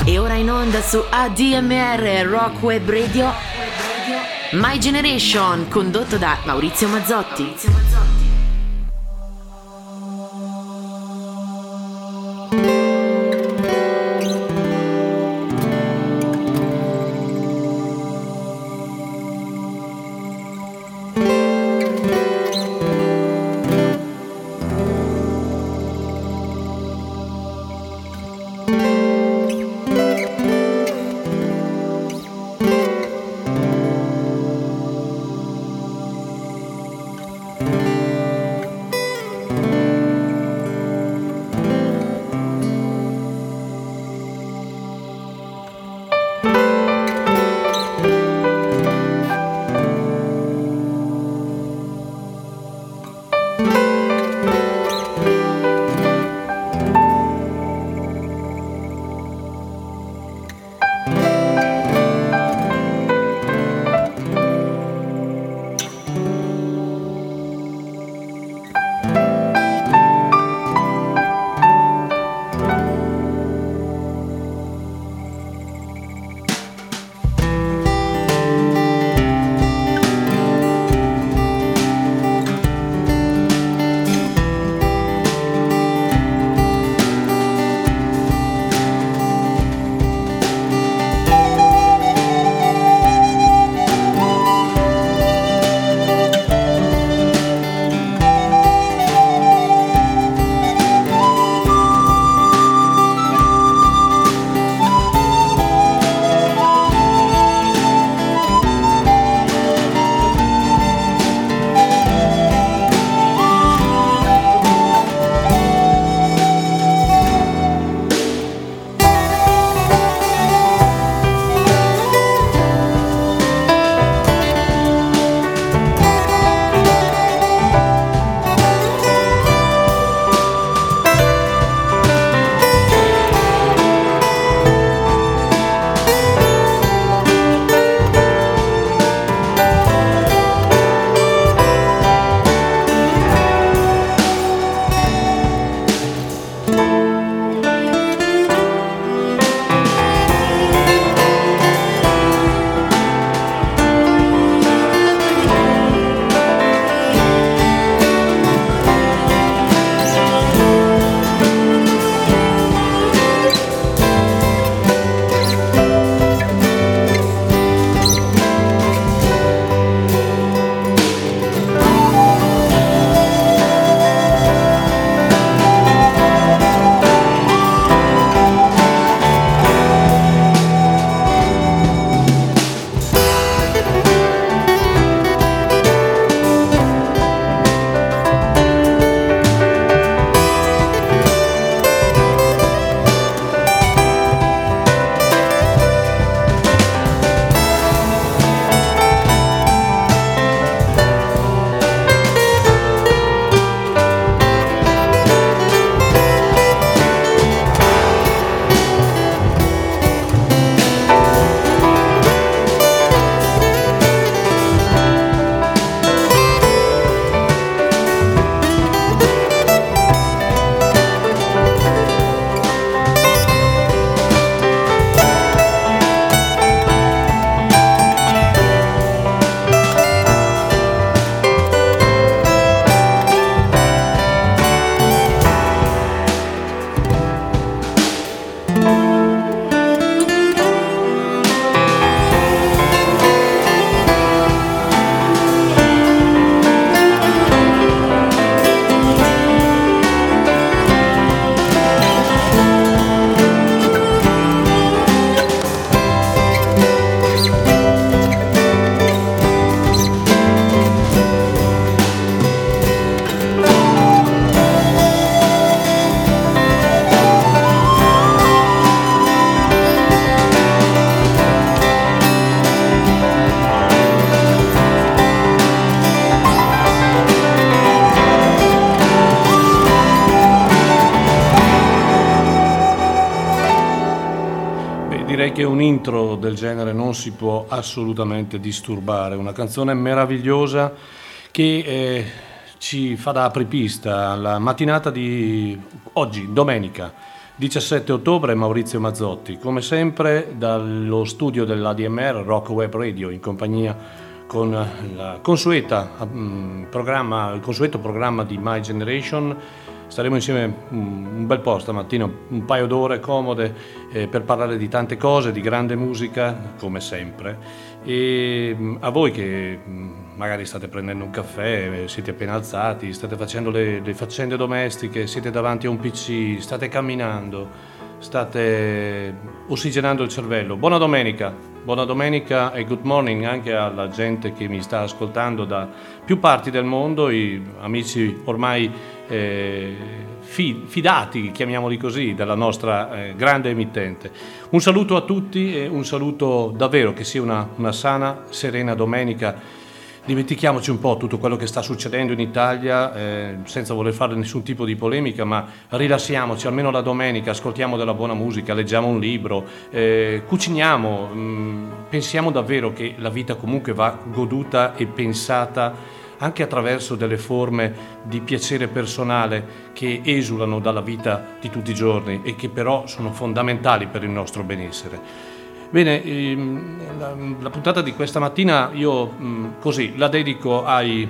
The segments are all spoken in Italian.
E ora in onda su ADMR Rock Web Radio My Generation, condotto da Maurizio Mazzotti. direi che un intro del genere non si può assolutamente disturbare. Una canzone meravigliosa che ci fa da apripista alla mattinata di oggi, domenica, 17 ottobre, Maurizio Mazzotti, come sempre dallo studio dell'ADMR Rock Web Radio, in compagnia con il consueto programma di My Generation. Staremo insieme un bel po' stamattina, un paio d'ore comode per parlare di tante cose, di grande musica, come sempre. E a voi che magari state prendendo un caffè, siete appena alzati, state facendo le faccende domestiche, siete davanti a un PC, state camminando, state ossigenando il cervello. Buona domenica e good morning anche alla gente che mi sta ascoltando da più parti del mondo, i amici ormai fidati, chiamiamoli così, della nostra grande emittente. Un saluto a tutti e un saluto davvero, che sia una sana, serena domenica. Dimentichiamoci un po' tutto quello che sta succedendo in Italia, senza voler fare nessun tipo di polemica, ma rilassiamoci almeno la domenica, ascoltiamo della buona musica, leggiamo un libro, cuciniamo, pensiamo davvero che la vita comunque va goduta e pensata anche attraverso delle forme di piacere personale che esulano dalla vita di tutti i giorni e che però sono fondamentali per il nostro benessere. Bene, la puntata di questa mattina io così la dedico ai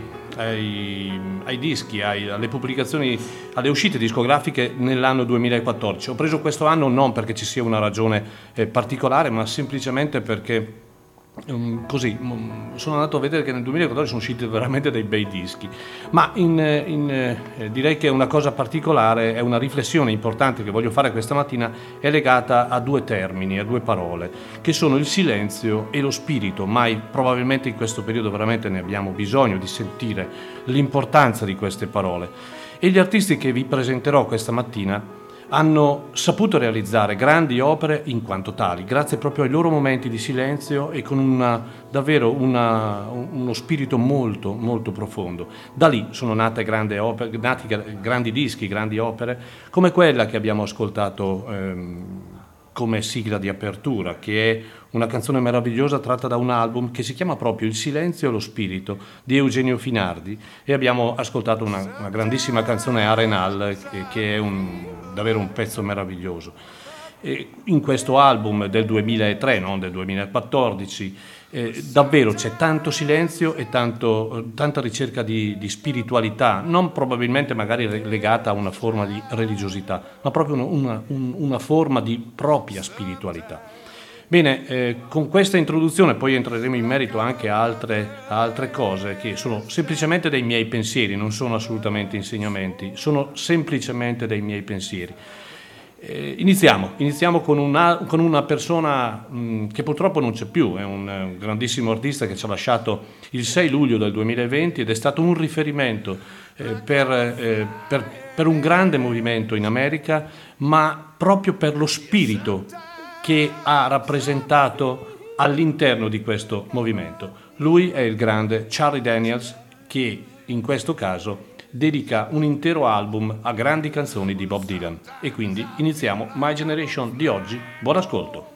dischi, alle pubblicazioni, alle uscite discografiche nell'anno 2014. Ho preso questo anno non perché ci sia una ragione particolare, ma semplicemente perché così sono andato a vedere che nel 2014 sono usciti veramente dei bei dischi, ma direi che una cosa particolare, è una riflessione importante che voglio fare questa mattina, è legata a due termini, a due parole, che sono il silenzio e lo spirito. Mai probabilmente in questo periodo veramente ne abbiamo bisogno di sentire l'importanza di queste parole, e gli artisti che vi presenterò questa mattina hanno saputo realizzare grandi opere in quanto tali, grazie proprio ai loro momenti di silenzio e con davvero uno spirito molto molto profondo. Da lì sono nati grandi dischi, grandi opere, come quella che abbiamo ascoltato come sigla di apertura, che è una canzone meravigliosa tratta da un album che si chiama proprio Il silenzio e lo spirito di Eugenio Finardi, e abbiamo ascoltato una grandissima canzone, Arenal, che è davvero un pezzo meraviglioso. E in questo album del 2003, non del 2014, davvero c'è tanto silenzio e tanta ricerca di spiritualità, non probabilmente magari legata a una forma di religiosità, ma proprio una forma di propria spiritualità. Bene, con questa introduzione poi entreremo in merito anche a altre cose che sono semplicemente dei miei pensieri, non sono assolutamente insegnamenti, sono semplicemente dei miei pensieri. Iniziamo con una persona che purtroppo non c'è più, è un grandissimo artista che ci ha lasciato il 6 luglio del 2020 ed è stato un riferimento per un grande movimento in America, ma proprio per lo spirito che ha rappresentato all'interno di questo movimento. Lui è il grande Charlie Daniels, che in questo caso dedica un intero album a grandi canzoni di Bob Dylan. E quindi iniziamo My Generation di oggi. Buon ascolto.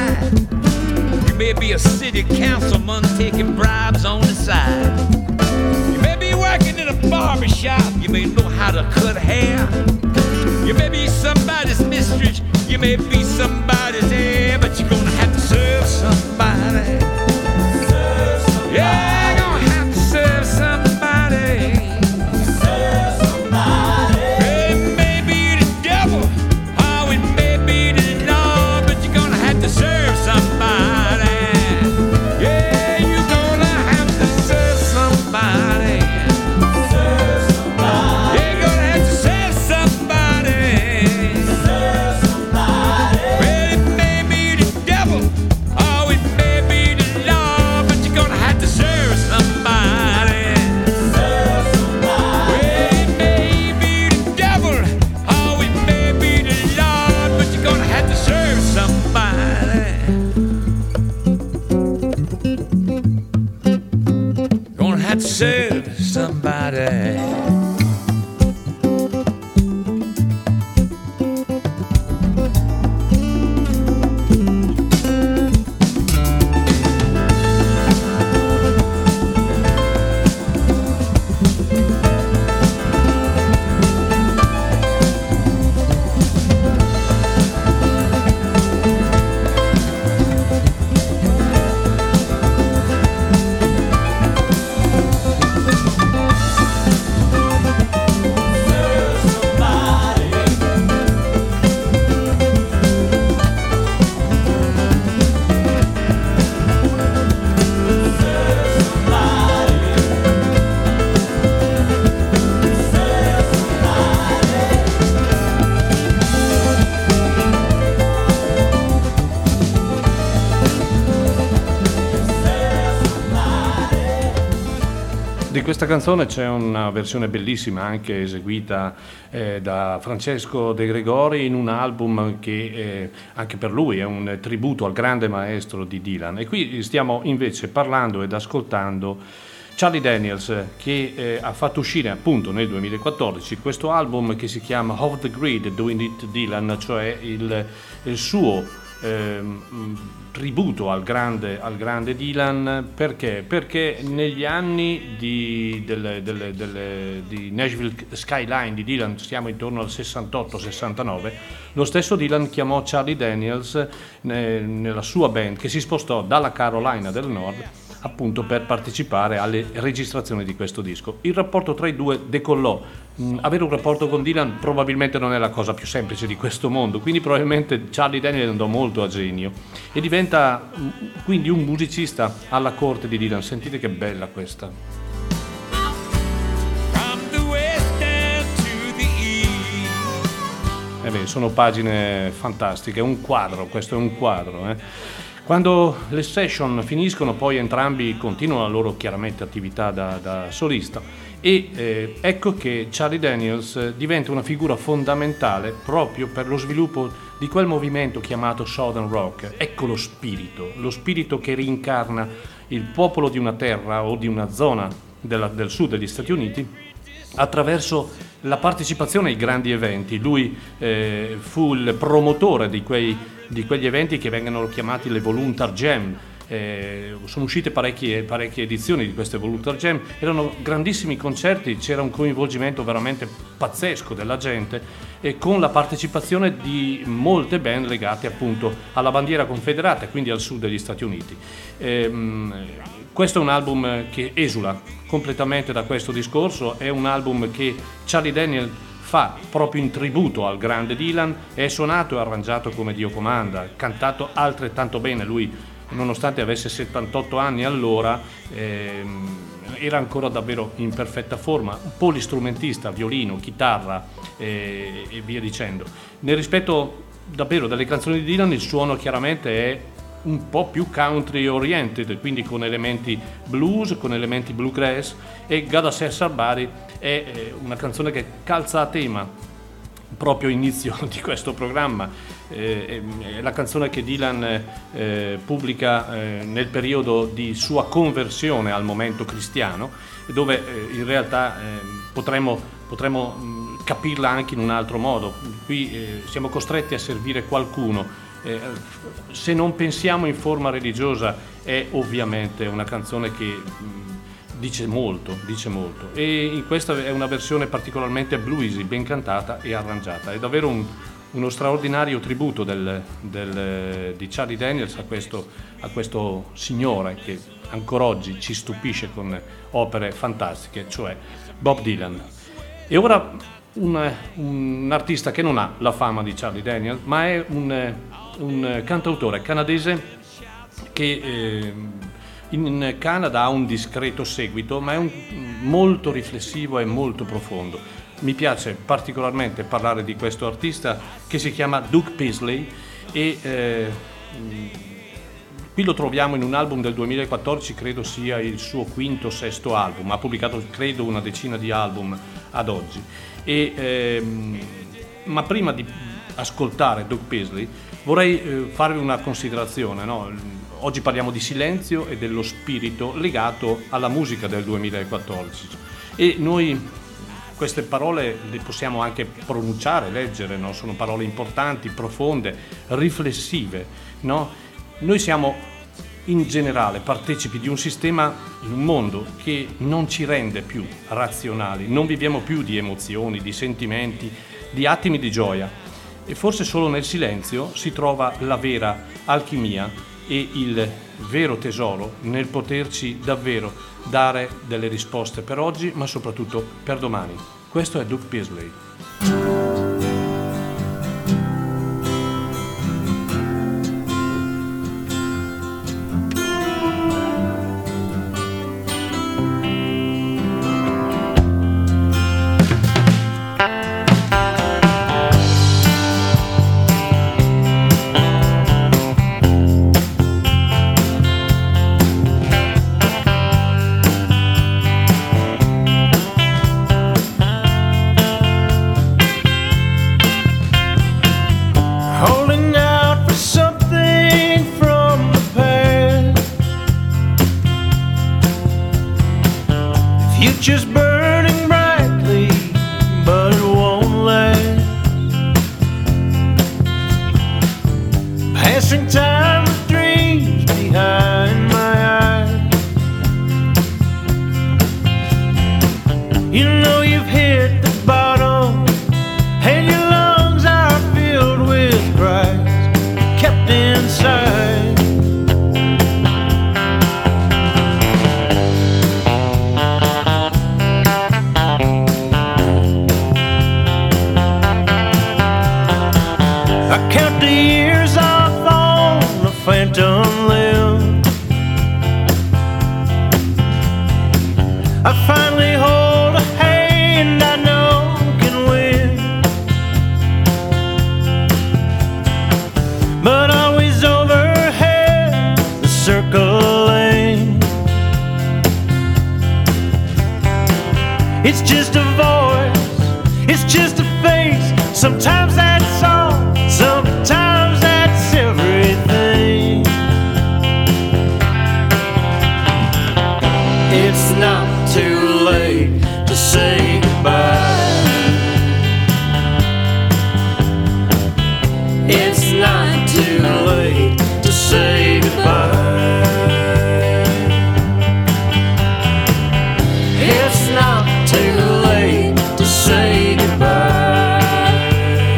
ride. You may be a city councilman taking bribes on the side. You may be working in a barber shop. You may know how to cut hair. You may be somebody's mistress. You may be somebody's heir, but you're gonna have to serve somebody. Serve somebody. Yeah, you're gonna have to serve somebody. Serve somebody. It may be the devil, or it may be the Lord, but you're gonna have to serve somebody. Yeah, you're gonna have to serve somebody. Serve somebody. Yeah, you're gonna have to serve somebody. Serve somebody. Well, it may be the devil, or it may be the Lord, but you're gonna have to serve somebody. Serve somebody. Well, it may be the devil, or it may be the Lord, but you're gonna have to serve somebody. Gonna have to serve somebody. Di questa canzone c'è una versione bellissima anche eseguita da Francesco De Gregori in un album che anche per lui è un tributo al grande maestro di Dylan. E qui stiamo invece parlando ed ascoltando Charlie Daniels, che ha fatto uscire appunto nel 2014 questo album che si chiama Off the Grid Doing It Dylan, cioè il suo tributo al grande Dylan. Perché negli anni di Nashville Skyline di Dylan, siamo intorno al 68-69, lo stesso Dylan chiamò Charlie Daniels nella sua band, che si spostò dalla Carolina del Nord appunto per partecipare alle registrazioni di questo disco. Il rapporto tra i due decollò. Avere un rapporto con Dylan probabilmente non è la cosa più semplice di questo mondo, quindi probabilmente Charlie Daniels andò molto a genio e diventa quindi un musicista alla corte di Dylan. Sentite che bella questa. Sono pagine fantastiche, è un quadro, questo è un quadro. Quando le session finiscono, poi entrambi continuano la loro chiaramente attività da solista e ecco che Charlie Daniels diventa una figura fondamentale proprio per lo sviluppo di quel movimento chiamato Southern Rock. Ecco lo spirito che rincarna il popolo di una terra o di una zona del sud degli Stati Uniti attraverso la partecipazione ai grandi eventi. Lui fu il promotore di quegli eventi che vengono chiamati le Volunteer Jam. Sono uscite parecchie edizioni di queste Volunteer Jam, erano grandissimi concerti, c'era un coinvolgimento veramente pazzesco della gente e con la partecipazione di molte band legate appunto alla bandiera confederata, quindi al sud degli Stati Uniti. Questo è un album che esula completamente da questo discorso, è un album che Charlie Daniels fa proprio in tributo al grande Dylan, è suonato e arrangiato come Dio comanda, cantato altrettanto bene. Lui, nonostante avesse 78 anni allora, era ancora davvero in perfetta forma, un polistrumentista, violino, chitarra e via dicendo. Nel rispetto davvero delle canzoni di Dylan, il suono chiaramente è un po' più country oriented, quindi con elementi blues, con elementi bluegrass, e Gotta Serve Somebody è una canzone che calza a tema proprio inizio di questo programma. È la canzone che Dylan pubblica nel periodo di sua conversione al momento cristiano, dove in realtà potremmo capirla anche in un altro modo. Qui siamo costretti a servire qualcuno se non pensiamo in forma religiosa è ovviamente una canzone che dice molto, e questa è una versione particolarmente bluesy, ben cantata e arrangiata. È davvero uno straordinario tributo di Charlie Daniels a questo signore che ancora oggi ci stupisce con opere fantastiche, cioè Bob Dylan. E ora un artista che non ha la fama di Charlie Daniels, ma è un cantautore canadese che in Canada ha un discreto seguito, ma è molto riflessivo e molto profondo. Mi piace particolarmente parlare di questo artista che si chiama Doug Paisley e qui lo troviamo in un album del 2014, credo sia il suo quinto o sesto album, ha pubblicato credo una decina di album ad oggi. Ma prima di ascoltare Doug Paisley vorrei farvi una considerazione, no? Oggi parliamo di silenzio e dello spirito legato alla musica del 2014 e noi queste parole le possiamo anche pronunciare, leggere, no? Sono parole importanti, profonde, riflessive, no? Noi siamo in generale partecipi di un sistema, in un mondo che non ci rende più razionali, non viviamo più di emozioni, di sentimenti, di attimi di gioia e forse solo nel silenzio si trova la vera alchimia e il vero tesoro nel poterci davvero dare delle risposte per oggi, ma soprattutto per domani. Questo è Doug Paisley. Future's burning brightly, but it won't last. Passing time with dreams behind my eyes. You know you've hit the bottom, and your lungs are filled with cries kept inside. I count the years off on a phantom limb. I finally hold a hand I know can win, but always overhead the circling. It's just a voice, it's just a face. Sometimes that's all, sometimes that's everything. It's not too late to say goodbye. It's not too late to say goodbye. It's not too late to say goodbye.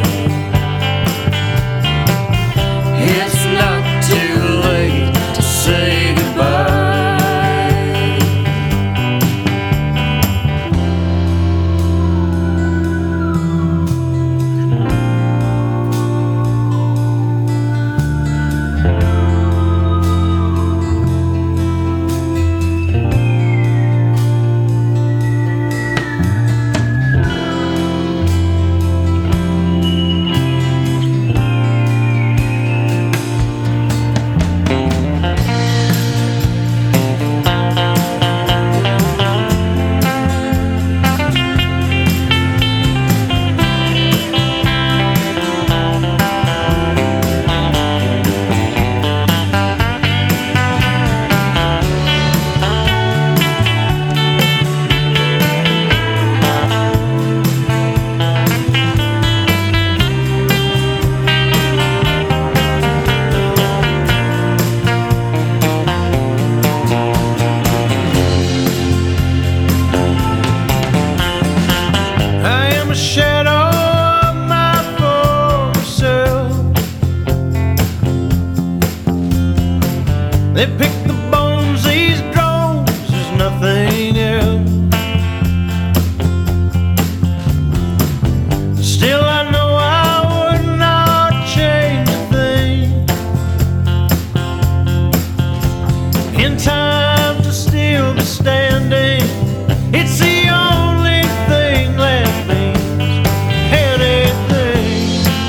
They pick the bones, these drones, there's nothing else. Still I know I would not change a thing. In time to still be standing, it's the only thing left means anything.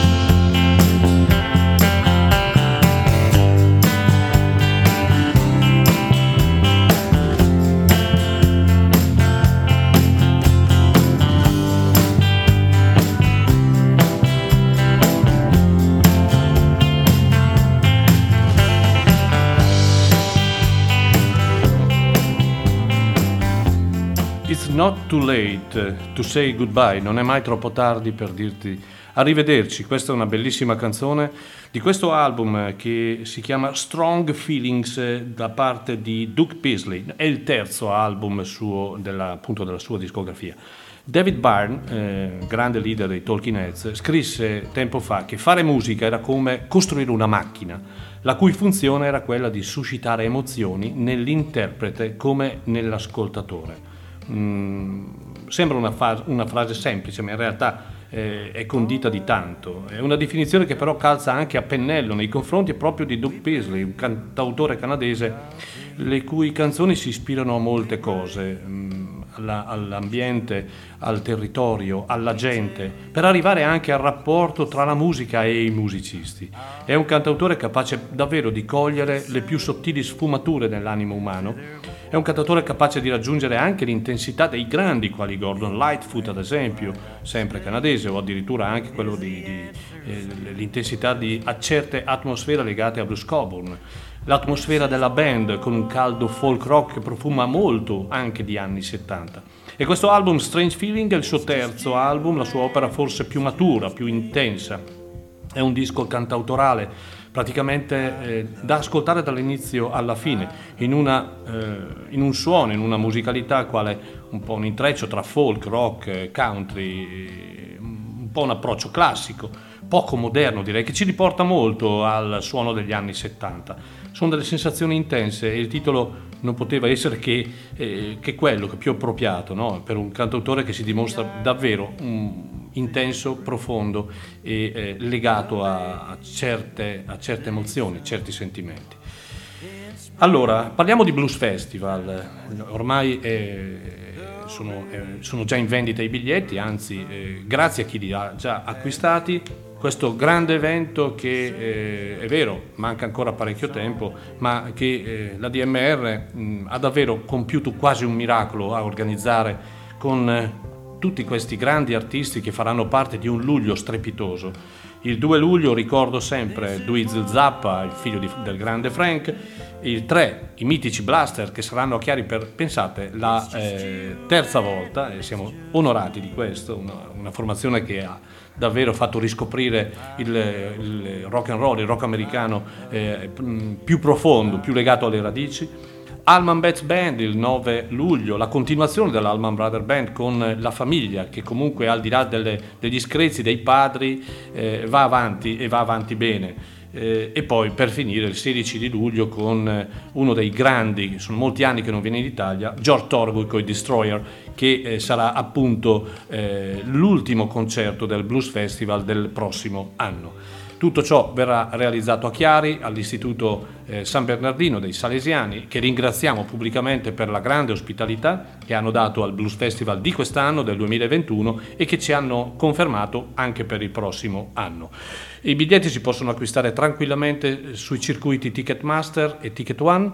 It's not too late to say goodbye, non è mai troppo tardi per dirti arrivederci. Questa è una bellissima canzone di questo album che si chiama Strong Feelings da parte di Doug Beasley. È il terzo album suo appunto della sua discografia. David Byrne, grande leader dei Talking Heads, scrisse tempo fa che fare musica era come costruire una macchina, la cui funzione era quella di suscitare emozioni nell'interprete come nell'ascoltatore. Sembra una frase semplice, ma in realtà è condita di tanto. È una definizione che però calza anche a pennello nei confronti proprio di Doug Beasley, un cantautore canadese le cui canzoni si ispirano a molte cose, all'ambiente, al territorio, alla gente, per arrivare anche al rapporto tra la musica e i musicisti. È un cantautore capace davvero di cogliere le più sottili sfumature dell'animo umano. È un cantautore capace di raggiungere anche l'intensità dei grandi quali Gordon Lightfoot, ad esempio, sempre canadese, o addirittura anche quello l'intensità a certe atmosfere legate a Bruce Cockburn. L'atmosfera della band con un caldo folk rock che profuma molto anche di anni 70. E questo album Strange Feeling è il suo terzo album, la sua opera forse più matura, più intensa. È un disco cantautorale praticamente da ascoltare dall'inizio alla fine, in un suono, in una musicalità quale un po' un intreccio tra folk, rock, country, un po' un approccio classico, poco moderno direi, che ci riporta molto al suono degli anni 70. Sono delle sensazioni intense e il titolo non poteva essere che quello, che più appropriato, no? Per un cantautore che si dimostra davvero intenso, profondo e legato a certe emozioni, certi sentimenti. Allora, parliamo di Blues Festival. Ormai sono già in vendita i biglietti, anzi grazie a chi li ha già acquistati. Questo grande evento che è vero, manca ancora parecchio tempo, ma che la DMR ha davvero compiuto quasi un miracolo a organizzare con tutti questi grandi artisti che faranno parte di un luglio strepitoso. Il 2 luglio ricordo sempre Dweezil Zappa, il figlio del grande Frank. Il 3, i mitici Blaster, che saranno a Chiari per, pensate, la terza volta, e siamo onorati di questo, una formazione che ha davvero fatto riscoprire il rock and roll, il rock americano più profondo, più legato alle radici. Allman Betts Band il 9 luglio, la continuazione dell'Allman Brothers Band con la famiglia che comunque al di là degli screzi dei padri va avanti e va avanti bene. E poi per finire il 16 di luglio con uno dei grandi, sono molti anni che non viene in Italia, George Thorogood con i Destroyer, che sarà appunto l'ultimo concerto del Blues Festival del prossimo anno. Tutto ciò verrà realizzato a Chiari, all'Istituto San Bernardino dei Salesiani, che ringraziamo pubblicamente per la grande ospitalità che hanno dato al Blues Festival di quest'anno, del 2021, e che ci hanno confermato anche per il prossimo anno. I biglietti si possono acquistare tranquillamente sui circuiti Ticketmaster e Ticket One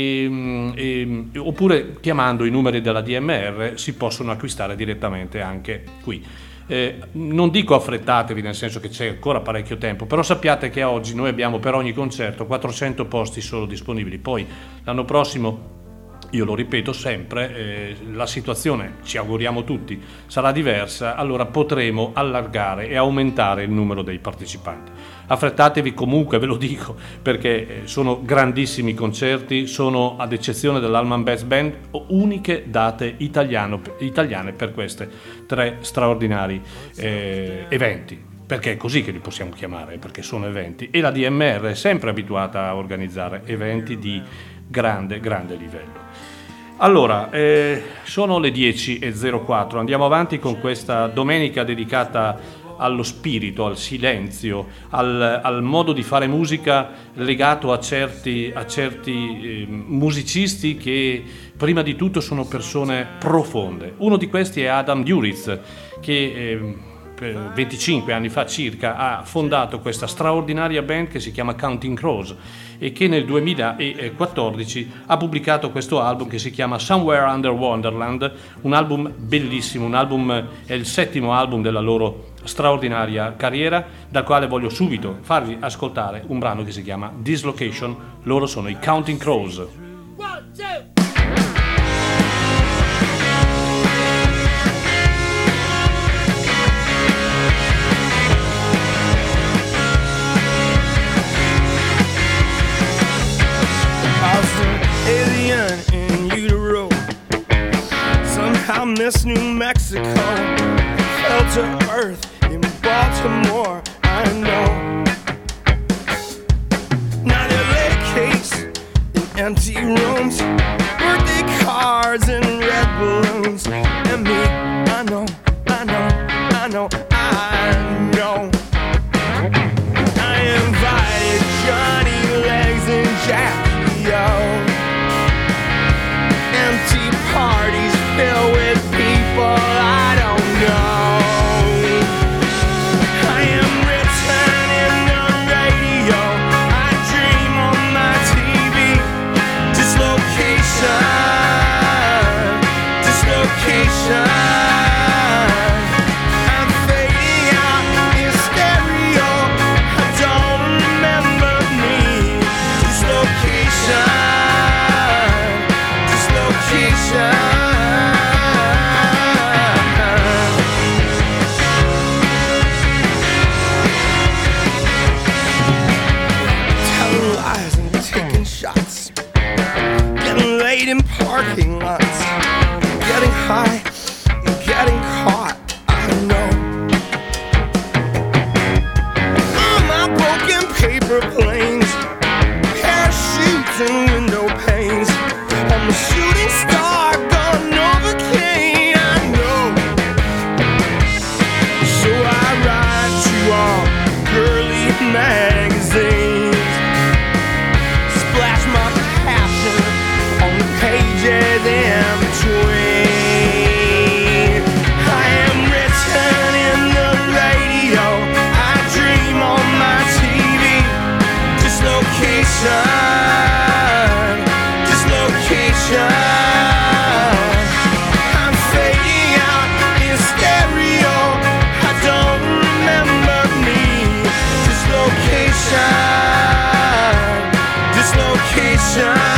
oppure chiamando i numeri della DMR si possono acquistare direttamente anche qui. Non dico affrettatevi, nel senso che c'è ancora parecchio tempo, però sappiate che oggi noi abbiamo per ogni concerto 400 posti solo disponibili. Poi l'anno prossimo, io lo ripeto sempre, la situazione, ci auguriamo tutti, sarà diversa, allora potremo allargare e aumentare il numero dei partecipanti. Affrettatevi comunque, ve lo dico, perché sono grandissimi concerti, sono, ad eccezione dell'Allman Betts Band, uniche date italiane per queste tre straordinari eventi. perché è così che li possiamo chiamare, perché sono eventi, e la DMR è sempre abituata a organizzare eventi di grande livello. Allora, sono le 10:04, andiamo avanti con questa domenica dedicata allo spirito, al silenzio, al modo di fare musica legato a certi musicisti che prima di tutto sono persone profonde. Uno di questi è Adam Duritz, che 25 anni fa circa ha fondato questa straordinaria band che si chiama Counting Crows e che nel 2014 ha pubblicato questo album che si chiama Somewhere Under Wonderland, un album bellissimo, è il 7° album della loro straordinaria carriera, dal quale voglio subito farvi ascoltare un brano che si chiama Dislocation. Loro sono i Counting Crows. 1, 2. Alien in utero, somehow missed New Mexico, fell to earth in Baltimore, I know. Not LA case in empty rooms, birthday cards and red balloons, and me, I know. I invited Johnny Legs and Jackie O. Empty parties filled with people I don't know. I am written in the radio, I dream on my TV. Dislocation. I'm fading out in stereo, I don't remember me. Dislocation. Telling lies and taking shots, getting laid in parking lots, getting high and getting caught, I know. On my broken paper planes, parachutes and window panes, I'm a shooting star gone Novocaine, I know. So I write to all girly magazines, splash my passion on the pages in between. I am written in the radio, I dream on my TV. Dislocation. I'm fading out in stereo, I don't remember me. Dislocation.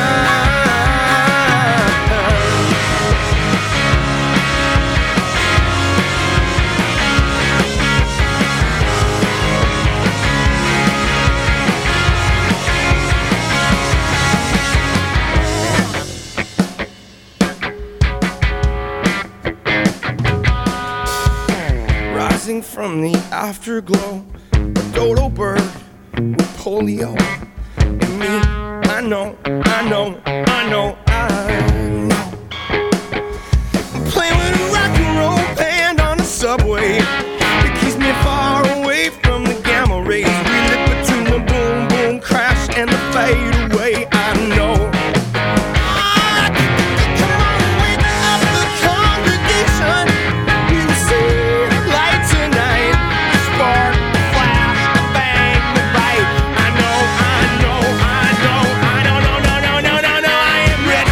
Rising from the afterglow, a dodo bird with polio. And me, I know. Playing with a rock and roll band on the subway, it keeps me far away from the gamma rays. We live between the boom boom crash and the fade away, I know. I am ready.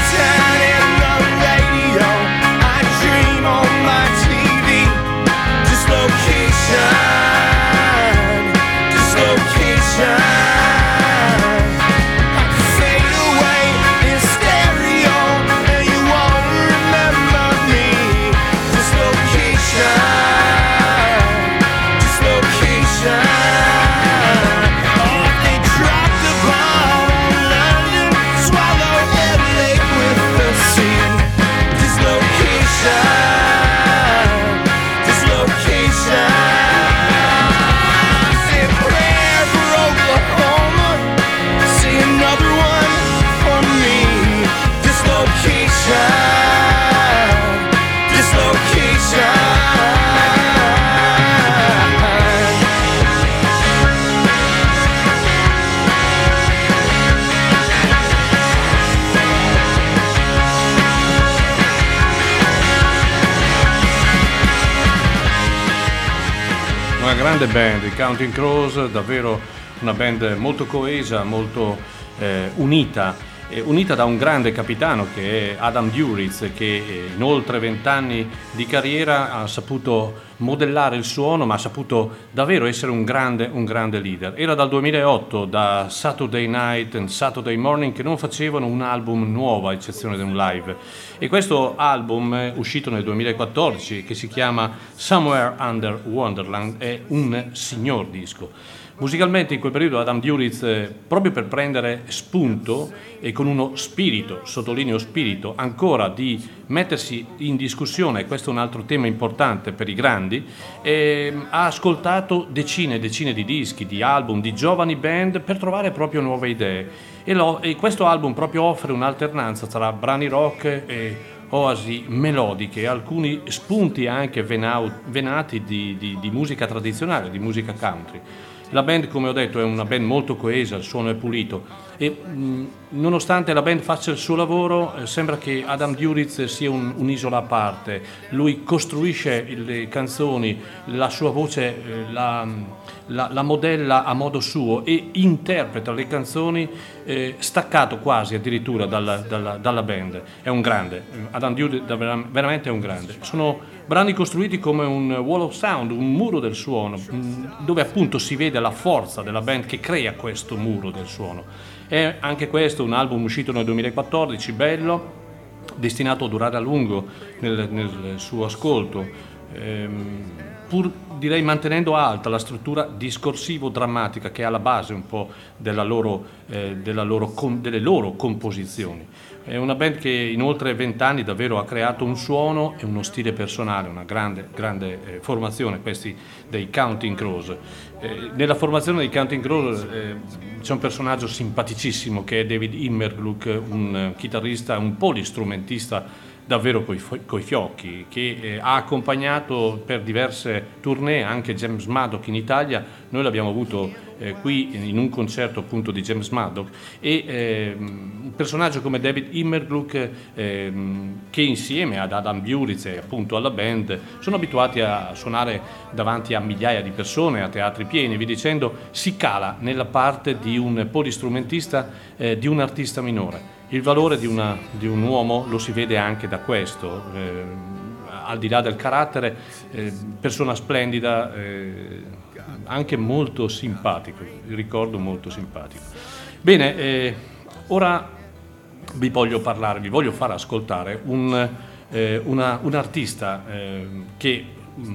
grande band, i Counting Crows, davvero una band molto coesa, molto unita da un grande capitano che è Adam Duritz, che in oltre 20 anni di carriera ha saputo modellare il suono, ma ha saputo davvero essere un grande leader. Era dal 2008, da Saturday Night and Saturday Morning, che non facevano un album nuovo, a eccezione di un live. E questo album, uscito nel 2014, che si chiama Somewhere Under Wonderland, è un signor disco. Musicalmente in quel periodo Adam Duritz, proprio per prendere spunto e con uno spirito, sottolineo spirito, ancora di mettersi in discussione, questo è un altro tema importante per i grandi, ha ascoltato decine e decine di dischi, di album, di giovani band per trovare proprio nuove idee. E questo album proprio offre un'alternanza tra brani rock e oasi melodiche, alcuni spunti anche venati di musica tradizionale, di musica country. La band, come ho detto, è una band molto coesa, il suono è pulito e nonostante la band faccia il suo lavoro, sembra che Adam Duritz sia un'isola a parte. Lui costruisce le canzoni, la sua voce la modella a modo suo e interpreta le canzoni staccato quasi addirittura dalla band. È un grande, Adam Duritz veramente è un grande. Sono brani costruiti come un wall of sound, un muro del suono, dove appunto si vede la forza della band che crea questo muro del suono. È anche questo un album uscito nel 2014, bello, destinato a durare a lungo nel suo ascolto, pur direi mantenendo alta la struttura discorsivo-drammatica che è alla base un po' delle loro composizioni. È una band che in oltre 20 anni davvero ha creato un suono e uno stile personale, una grande formazione, questi dei Counting Crows. Nella formazione dei Counting Crows c'è un personaggio simpaticissimo che è David Immergluck, un chitarrista, un polistrumentista davvero coi fiocchi, che ha accompagnato per diverse tournée anche James Maddox in Italia. Noi l'abbiamo avuto qui in un concerto appunto di James Maddox e un personaggio come David Immergluck che insieme ad Adam Duritz e appunto alla band sono abituati a suonare davanti a migliaia di persone, a teatri pieni, vi dicendo, si cala nella parte di un polistrumentista, di un artista minore. Il valore di un uomo lo si vede anche da questo, al di là del carattere, persona splendida, anche molto simpatico, ricordo molto simpatico. Bene, ora vi voglio far ascoltare un artista che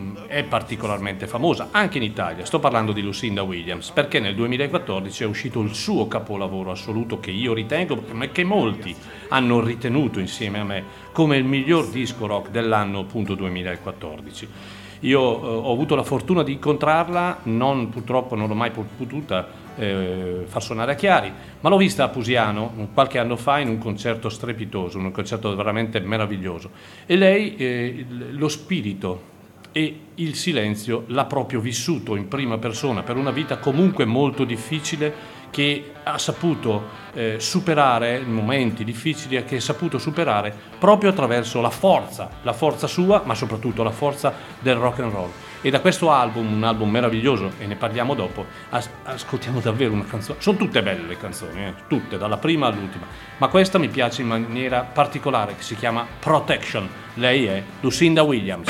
è particolarmente famosa anche in Italia. Sto parlando di Lucinda Williams, perché nel 2014 è uscito il suo capolavoro assoluto che io ritengo, ma che molti hanno ritenuto insieme a me come il miglior disco rock dell'anno appunto 2014. Io ho avuto la fortuna di incontrarla, purtroppo non l'ho mai potuta far suonare a Chiari, ma l'ho vista a Pusiano qualche anno fa in un concerto strepitoso, un concerto veramente meraviglioso, e lei lo spirito e il silenzio l'ha proprio vissuto in prima persona per una vita comunque molto difficile, che ha saputo superare momenti difficili e che ha saputo superare proprio attraverso la forza sua, ma soprattutto la forza del rock and roll. E da questo album, un album meraviglioso, e ne parliamo dopo, ascoltiamo davvero una canzone. Sono tutte belle le canzoni, tutte, dalla prima all'ultima, ma questa mi piace in maniera particolare, che si chiama Protection. Lei è Lucinda Williams.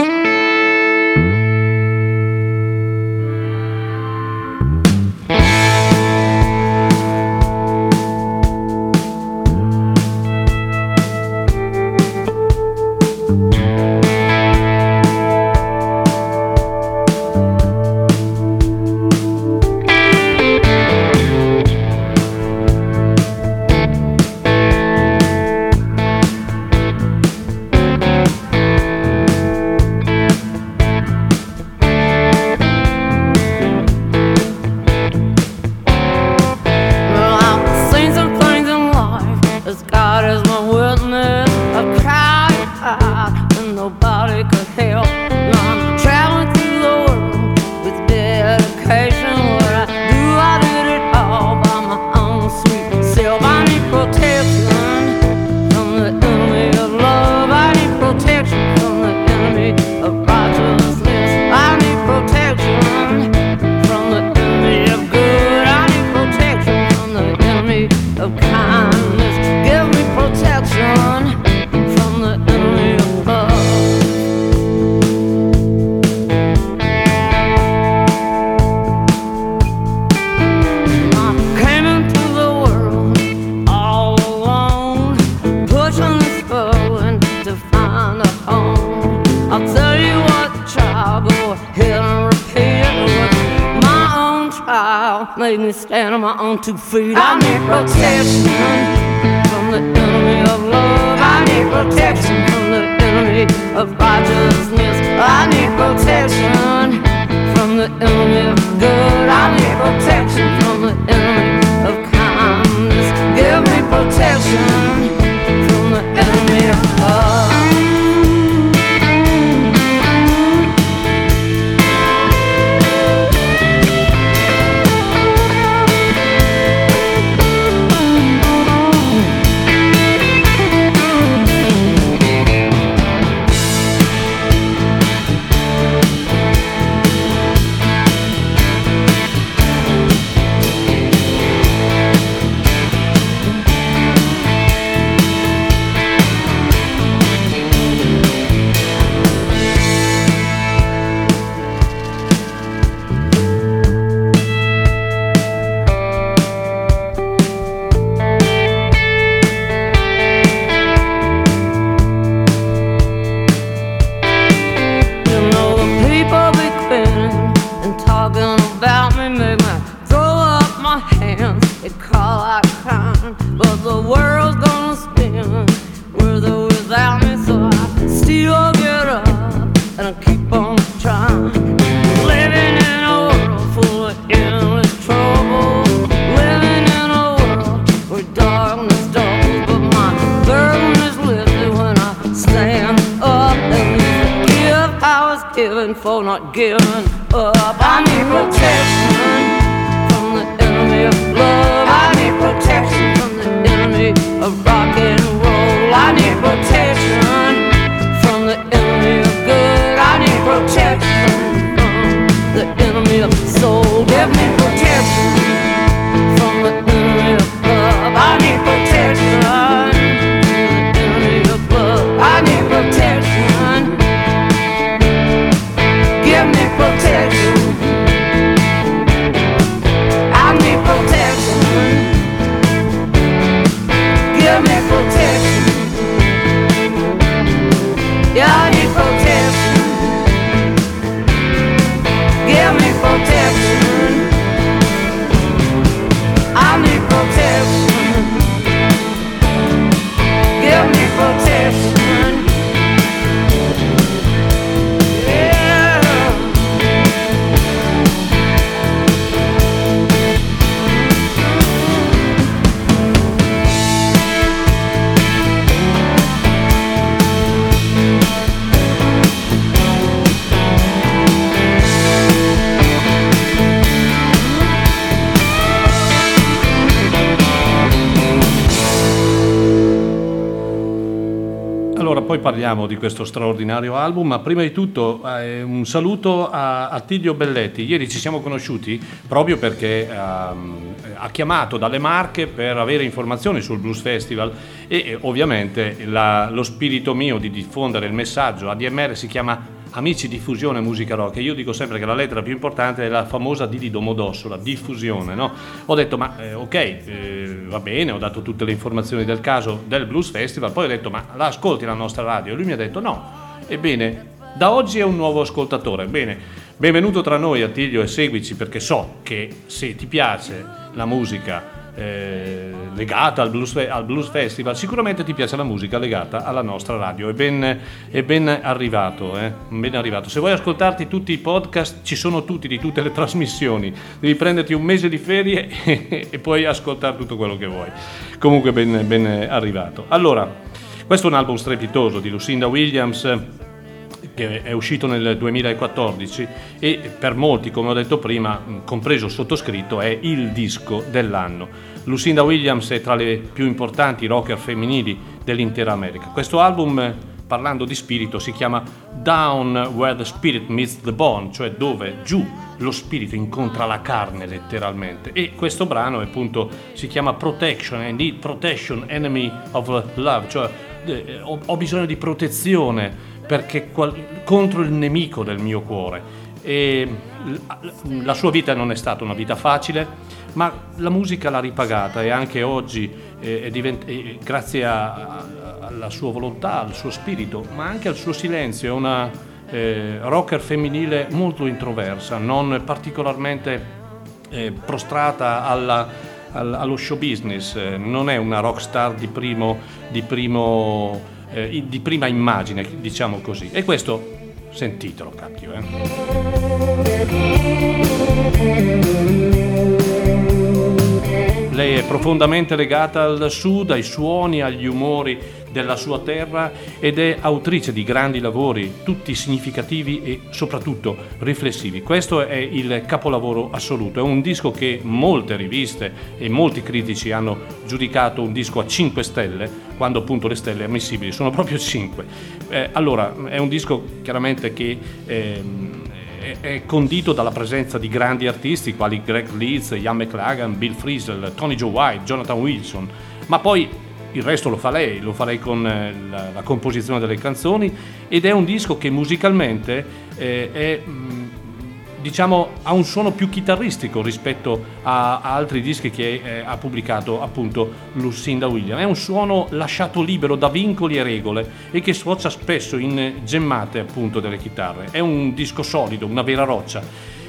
Protection kindness. Give me protection from the enemy of love. I came into the world all alone, pushing this burden to find a home. I'll tell you what, child, go ahead and repeat it. My own trial made me stand on my own 2 feet. I need protection from the enemy of love. I need protection from the enemy of righteousness. I need protection from the enemy of good. I need protection from the enemy of kindness. Give me protection from the enemy of love. For not giving up. I need protection from the enemy of love. I need protection from the enemy of rock and roll. I need protection from the enemy of good. I need protection from the enemy of soul. Give me protection from the enemy of love. I need protection from the enemy of love. I need protection. Give me protection. I need protection. Give me protection. Yeah, I need protection. Give me protection. I need protection. Give me protection. Poi parliamo di questo straordinario album, ma prima di tutto un saluto a Attilio Belletti. Ieri ci siamo conosciuti proprio perché ha chiamato dalle Marche per avere informazioni sul Blues Festival e ovviamente lo spirito mio di diffondere il messaggio. ADMR si chiama Amici Diffusione Musica Rock e io dico sempre che la lettera più importante è la famosa D di Domodossola, diffusione, no? Ho detto va bene, ho dato tutte le informazioni del caso del Blues Festival, poi ho detto ma la ascolti la nostra radio? E lui mi ha detto no. Ebbene, da oggi è un nuovo ascoltatore. Bene, benvenuto tra noi Attilio e seguici, perché so che se ti piace la musica legata al Blues Festival, sicuramente ti piace la musica legata alla nostra radio. È ben arrivato, ben arrivato. Se vuoi ascoltarti tutti i podcast, ci sono tutti, di tutte le trasmissioni. Devi prenderti un mese di ferie e puoi ascoltare tutto quello che vuoi. Comunque ben arrivato. Allora, questo è un album strepitoso di Lucinda Williams che è uscito nel 2014 e per molti, come ho detto prima, compreso il sottoscritto, è il disco dell'anno. Lucinda Williams è tra le più importanti rocker femminili dell'intera America. Questo album parlando di spirito, si chiama Down Where the Spirit Meets the Bone, cioè dove giù lo spirito incontra la carne letteralmente. E questo brano appunto si chiama Protection, I Need Protection, Enemy of Love, cioè ho bisogno di protezione perché contro il nemico del mio cuore. E la sua vita non è stata una vita facile, ma la musica l'ha ripagata e anche oggi grazie alla sua volontà, al suo spirito, ma anche al suo silenzio, è una rocker femminile molto introversa, non particolarmente prostrata allo show business, non è una rockstar di prima immagine, diciamo così. E questo sentitelo, cacchio, Lei è profondamente legata al sud, ai suoni, agli umori della sua terra ed è autrice di grandi lavori, tutti significativi e soprattutto riflessivi. Questo è il capolavoro assoluto, è un disco che molte riviste e molti critici hanno giudicato un disco a 5 stelle, quando appunto le stelle ammissibili sono proprio 5. Allora, è un disco chiaramente che è condito dalla presenza di grandi artisti quali Greg Leeds, Ian McLagan, Bill Frisell, Tony Joe White, Jonathan Wilson, ma poi il resto lo fa lei con la composizione delle canzoni, ed è un disco che musicalmente ha un suono più chitarristico rispetto a altri dischi che ha pubblicato appunto Lucinda Williams. È un suono lasciato libero da vincoli e regole e che sfocia spesso in gemmate appunto delle chitarre. È un disco solido, una vera roccia.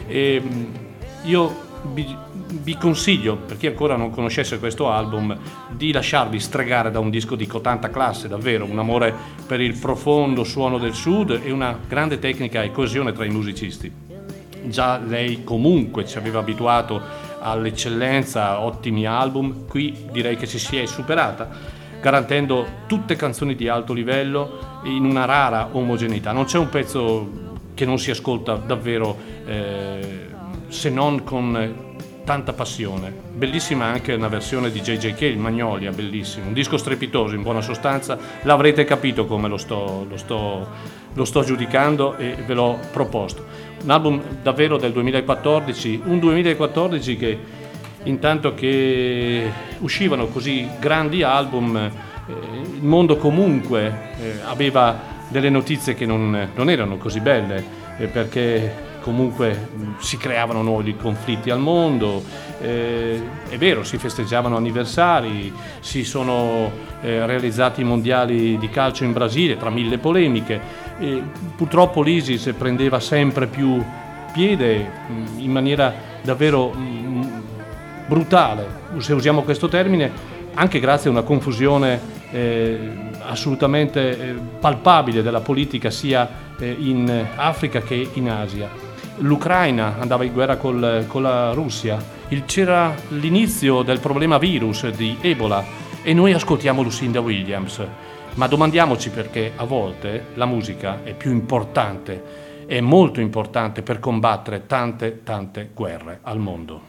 Io vi consiglio, per chi ancora non conoscesse questo album, di lasciarvi stregare da un disco di cotanta classe, davvero un amore per il profondo suono del sud e una grande tecnica e coesione tra i musicisti. Già lei comunque ci aveva abituato all'eccellenza, a ottimi album, qui direi che si è superata, garantendo tutte canzoni di alto livello in una rara omogeneità. Non c'è un pezzo che non si ascolta davvero se non con tanta passione. Bellissima anche una versione di JJK, il Magnolia, bellissimo, un disco strepitoso in buona sostanza. L'avrete capito come lo sto giudicando e ve l'ho proposto. Un album davvero del 2014, un 2014 che intanto che uscivano così grandi album, il mondo comunque aveva delle notizie che non erano così belle, perché comunque si creavano nuovi conflitti al mondo, è vero, si festeggiavano anniversari, si sono realizzati i mondiali di calcio in Brasile tra mille polemiche, purtroppo l'ISIS prendeva sempre più piede in maniera davvero brutale, se usiamo questo termine, anche grazie a una confusione assolutamente palpabile della politica sia in Africa che in Asia. L'Ucraina andava in guerra con la Russia, c'era l'inizio del problema virus di Ebola e noi ascoltiamo Lucinda Williams, ma domandiamoci perché a volte la musica è più importante, è molto importante per combattere tante guerre al mondo.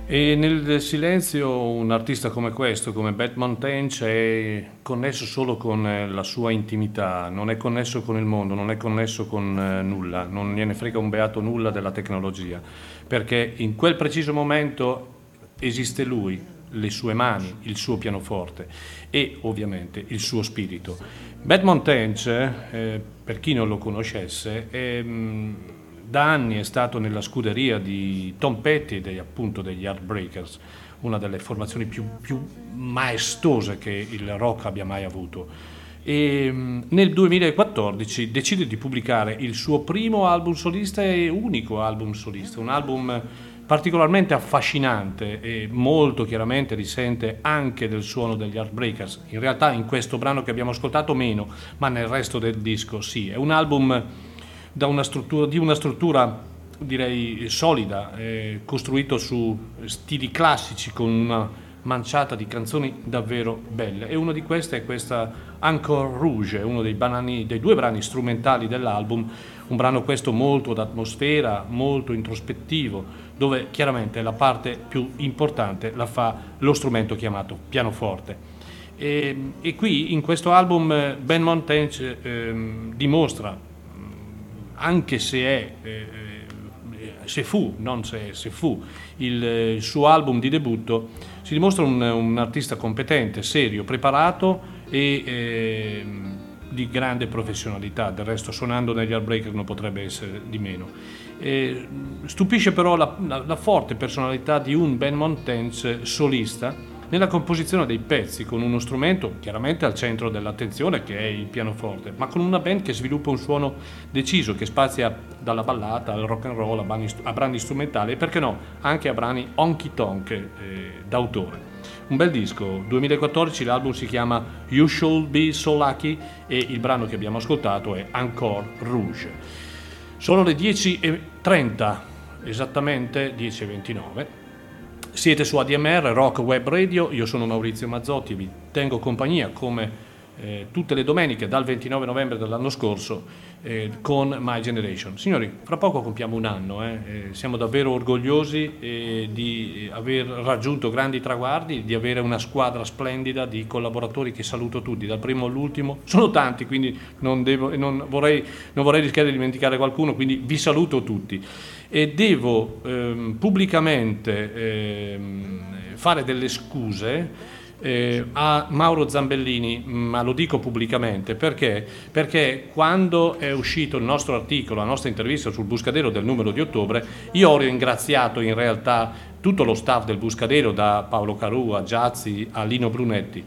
E nel silenzio un artista come questo, come Bad Mountains, è connesso solo con la sua intimità, non è connesso con il mondo, non è connesso con nulla, non gliene frega un beato nulla della tecnologia, perché in quel preciso momento esiste lui, le sue mani, il suo pianoforte e ovviamente il suo spirito. Bad Mountains, per chi non lo conoscesse, da anni è stato nella scuderia di Tom Petty e appunto degli Heartbreakers, una delle formazioni più maestose che il rock abbia mai avuto. E nel 2014 decide di pubblicare il suo primo album solista e unico album solista, un album particolarmente affascinante e molto chiaramente risente anche del suono degli Heartbreakers. In realtà in questo brano che abbiamo ascoltato meno, ma nel resto del disco sì. È un album di una struttura direi solida, costruito su stili classici con una manciata di canzoni davvero belle, e una di queste è questa Encore Rouge, uno dei due brani strumentali dell'album, un brano questo molto d'atmosfera, molto introspettivo, dove chiaramente la parte più importante la fa lo strumento chiamato pianoforte. E qui in questo album Bad Mountains dimostra, anche se fu il suo album di debutto, si dimostra un artista competente, serio, preparato e di grande professionalità. Del resto, suonando negli Heartbreakers non potrebbe essere di meno. Stupisce però la forte personalità di un Bad Mountains solista nella composizione dei pezzi, con uno strumento chiaramente al centro dell'attenzione che è il pianoforte, ma con una band che sviluppa un suono deciso che spazia dalla ballata al rock and roll a brani strumentali e perché no anche a brani honky tonk d'autore. Un bel disco. 2014, l'album si chiama You Should Be So Lucky e il brano che abbiamo ascoltato è Encore Rouge. Sono le 10:30, esattamente 10:29. Siete su ADMR Rock Web Radio, io sono Maurizio Mazzotti e vi tengo compagnia come tutte le domeniche dal 29 novembre dell'anno scorso con My Generation. Signori, fra poco compiamo un anno, siamo davvero orgogliosi di aver raggiunto grandi traguardi, di avere una squadra splendida di collaboratori che saluto tutti, dal primo all'ultimo. Sono tanti, quindi non vorrei rischiare di dimenticare qualcuno, quindi vi saluto tutti. E devo pubblicamente fare delle scuse a Mauro Zambellini, ma lo dico pubblicamente perché quando è uscito il nostro articolo, la nostra intervista sul Buscadero del numero di ottobre, io ho ringraziato in realtà tutto lo staff del Buscadero, da Paolo Carù a Giazzi a Lino Brunetti.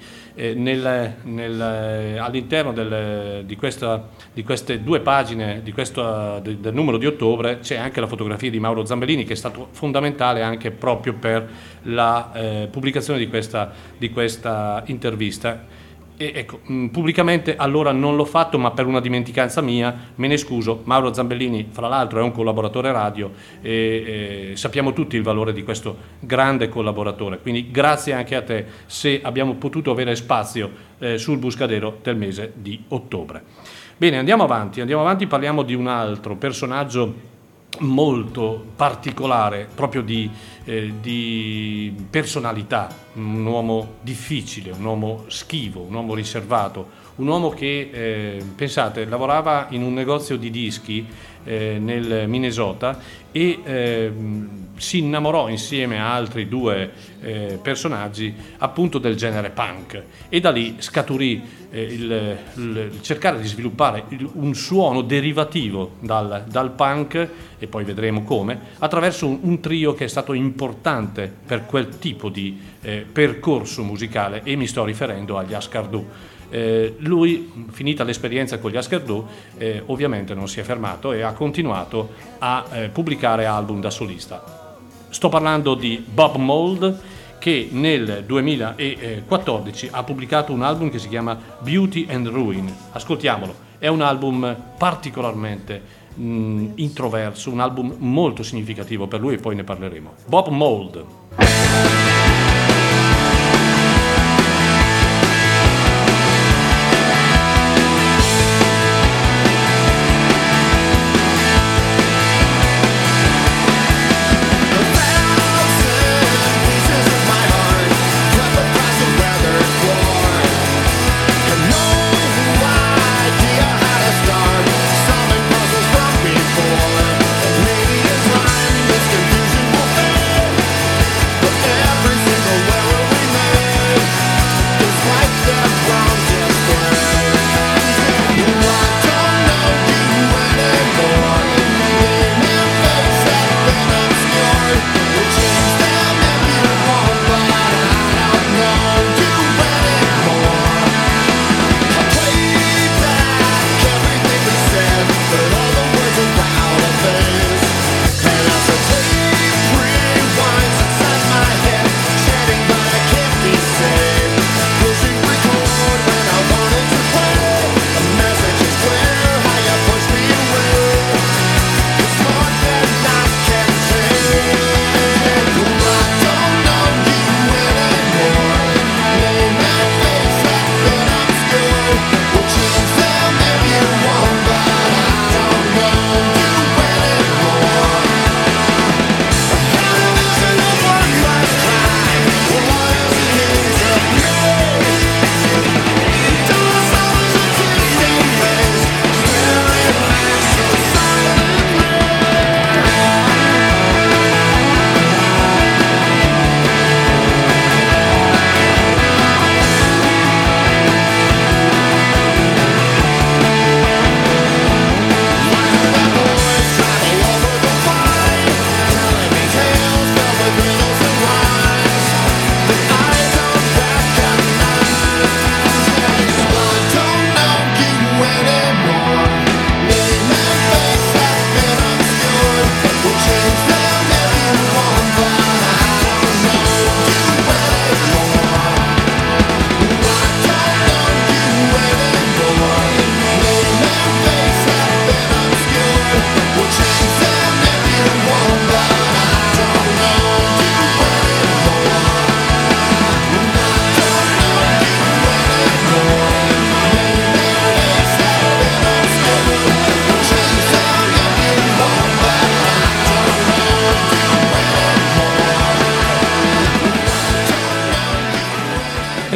All'interno di queste due pagine del numero di ottobre c'è anche la fotografia di Mauro Zambellini, che è stato fondamentale anche proprio per la pubblicazione di questa intervista. E ecco, pubblicamente allora non l'ho fatto, ma per una dimenticanza mia me ne scuso. Mauro Zambellini, fra l'altro, è un collaboratore radio e sappiamo tutti il valore di questo grande collaboratore, quindi grazie anche a te se abbiamo potuto avere spazio sul Buscadero del mese di ottobre. Bene, andiamo avanti, parliamo di un altro personaggio molto particolare, proprio di personalità, un uomo difficile, un uomo schivo, un uomo riservato, un uomo che, pensate, lavorava in un negozio di dischi nel Minnesota e si innamorò insieme a altri due personaggi appunto del genere punk, e da lì scaturì il cercare di sviluppare un suono derivativo dal punk, e poi vedremo come, attraverso un trio che è stato importante per quel tipo di percorso musicale, e mi sto riferendo agli Husker Du. Lui, finita l'esperienza con gli Husker Du, ovviamente non si è fermato e ha continuato a pubblicare album da solista. Sto parlando di Bob Mould, che nel 2014 ha pubblicato un album che si chiama Beauty and Ruin. Ascoltiamolo, è un album particolarmente introverso, un album molto significativo per lui, e poi ne parleremo. Bob Mould.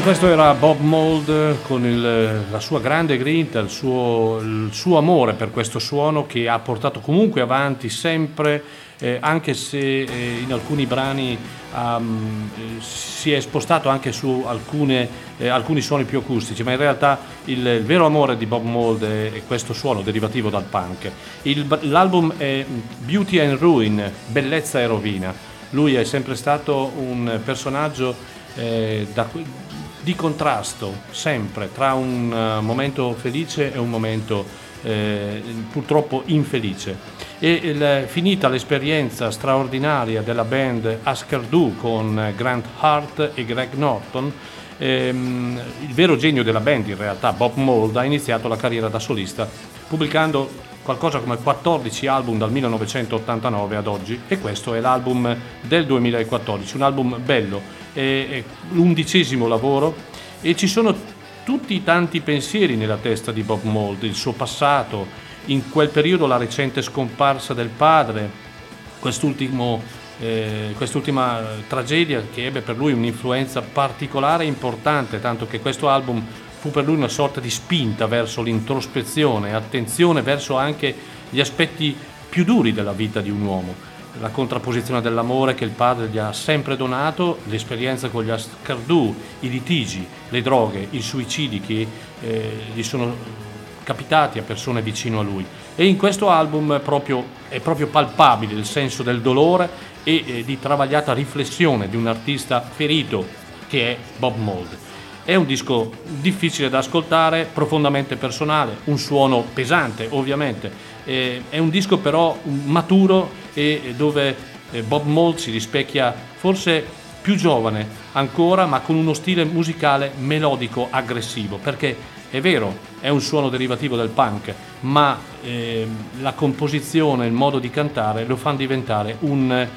questo era Bob Mould con la sua grande grinta, il suo amore per questo suono che ha portato comunque avanti sempre, anche se in alcuni brani si è spostato anche su alcuni suoni più acustici, ma in realtà il vero amore di Bob Mould è questo suono derivativo dal punk. L'album è Beauty and Ruin, bellezza e rovina. Lui è sempre stato un personaggio di contrasto, sempre, tra un momento felice e un momento purtroppo infelice. E finita l'esperienza straordinaria della band Husker Du con Grant Hart e Greg Norton, il vero genio della band, in realtà Bob Mould, ha iniziato la carriera da solista pubblicando qualcosa come 14 album dal 1989 ad oggi, e questo è l'album del 2014, un album bello, è l'11° lavoro, e ci sono tutti i tanti pensieri nella testa di Bob Mould, il suo passato, in quel periodo la recente scomparsa del padre, quest'ultima tragedia che ebbe per lui un'influenza particolare e importante, tanto che questo album fu per lui una sorta di spinta verso l'introspezione, attenzione verso anche gli aspetti più duri della vita di un uomo. La contrapposizione dell'amore che il padre gli ha sempre donato, l'esperienza con gli Husker Du, i litigi, le droghe, i suicidi che gli sono capitati a persone vicino a lui. E in questo album è proprio palpabile il senso del dolore e di travagliata riflessione di un artista ferito che è Bob Mould. È un disco difficile da ascoltare, profondamente personale, un suono pesante ovviamente, è un disco però maturo e dove Bob Mould si rispecchia forse più giovane ancora, ma con uno stile musicale melodico aggressivo, perché è vero, è un suono derivativo del punk, ma la composizione, il modo di cantare lo fanno diventare un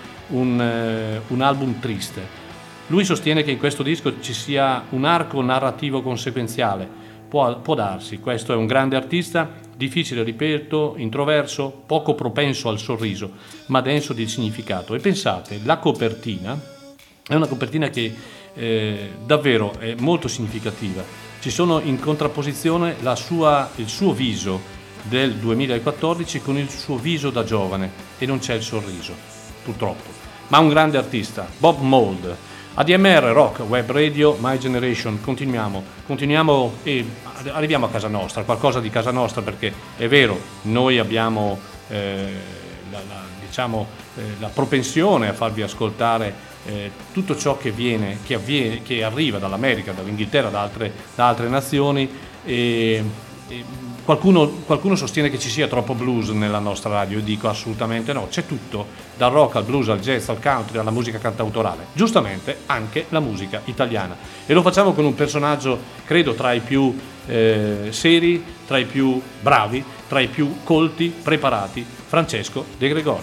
album triste. Lui sostiene che in questo disco ci sia un arco narrativo conseguenziale. Può darsi, questo è un grande artista, difficile, ripeto, introverso, poco propenso al sorriso, ma denso di significato. E pensate, la copertina è una copertina che davvero è molto significativa. Ci sono in contrapposizione il suo viso del 2014 con il suo viso da giovane, e non c'è il sorriso, purtroppo. Ma un grande artista, Bob Mould. ADMR Rock Web Radio My Generation, continuiamo e arriviamo a casa nostra, qualcosa di casa nostra, perché è vero, noi abbiamo la propensione a farvi ascoltare tutto ciò che arriva dall'America, dall'Inghilterra, da altre nazioni, e qualcuno sostiene che ci sia troppo blues nella nostra radio. Io dico assolutamente no, c'è tutto, dal rock al blues al jazz al country alla musica cantautorale, giustamente anche la musica italiana, e lo facciamo con un personaggio credo tra i più seri, tra i più bravi, tra i più colti, preparati, Francesco De Gregori.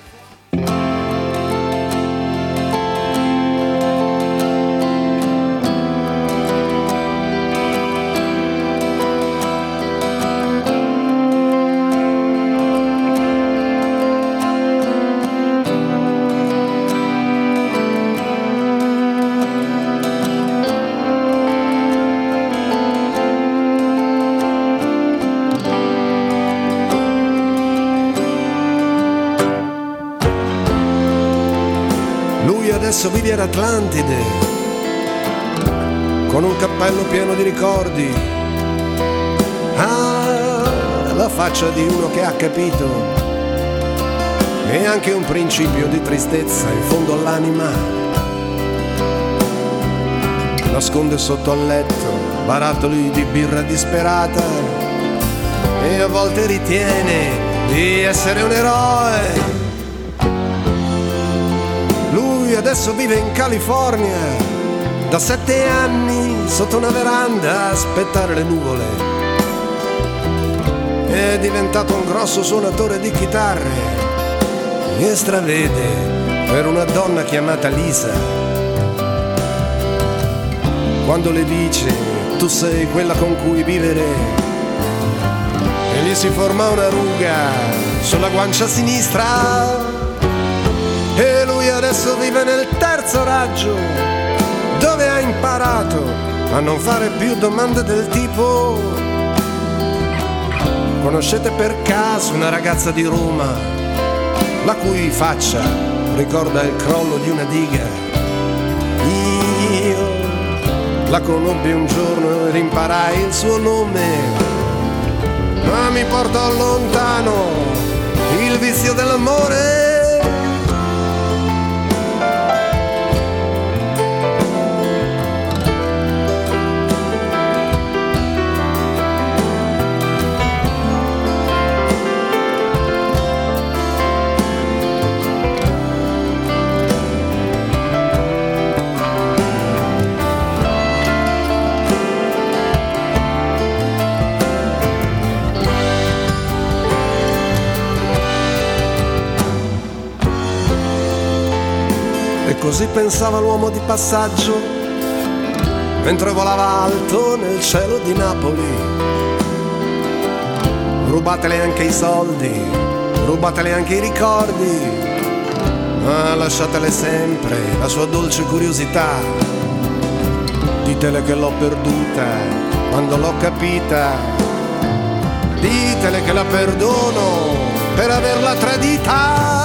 Adesso vivi ad Atlantide, con un cappello pieno di ricordi. La faccia di uno che ha capito, e anche un principio di tristezza in fondo all'anima. Nasconde sotto al letto barattoli di birra disperata, e a volte ritiene di essere un eroe. Lui adesso vive in California, da 7 anni sotto una veranda a aspettare le nuvole. È diventato un grosso suonatore di chitarre e stravede per una donna chiamata Lisa. Quando le dice tu sei quella con cui vivere, e gli si forma una ruga sulla guancia sinistra. E lui adesso vive nel terzo raggio, dove ha imparato a non fare più domande del tipo: conoscete per caso una ragazza di Roma la cui faccia ricorda il crollo di una diga? Io la conobbi un giorno ed imparai il suo nome, ma mi portò lontano il vizio dell'amore. Così pensava l'uomo di passaggio mentre volava alto nel cielo di Napoli. Rubatele anche i soldi, rubatele anche i ricordi, ma lasciatele sempre la sua dolce curiosità. Ditele che l'ho perduta quando l'ho capita, ditele che la perdono per averla tradita.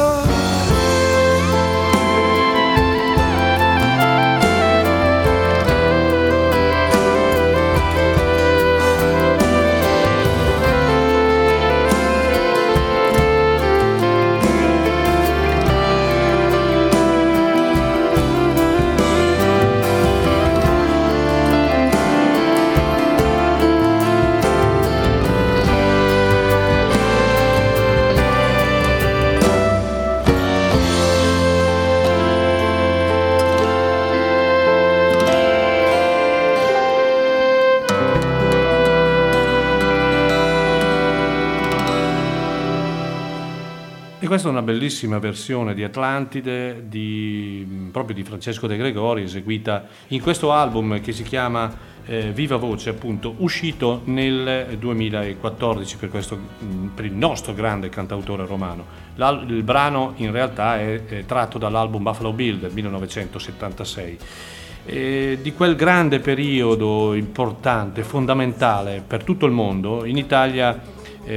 E questa è una bellissima versione di Atlantide proprio di Francesco De Gregori, eseguita in questo album che si chiama Viva Voce, appunto, uscito nel 2014 per il nostro grande cantautore romano. Il brano in realtà è tratto dall'album Buffalo Bill del 1976. Di quel grande periodo importante, fondamentale per tutto il mondo. In Italia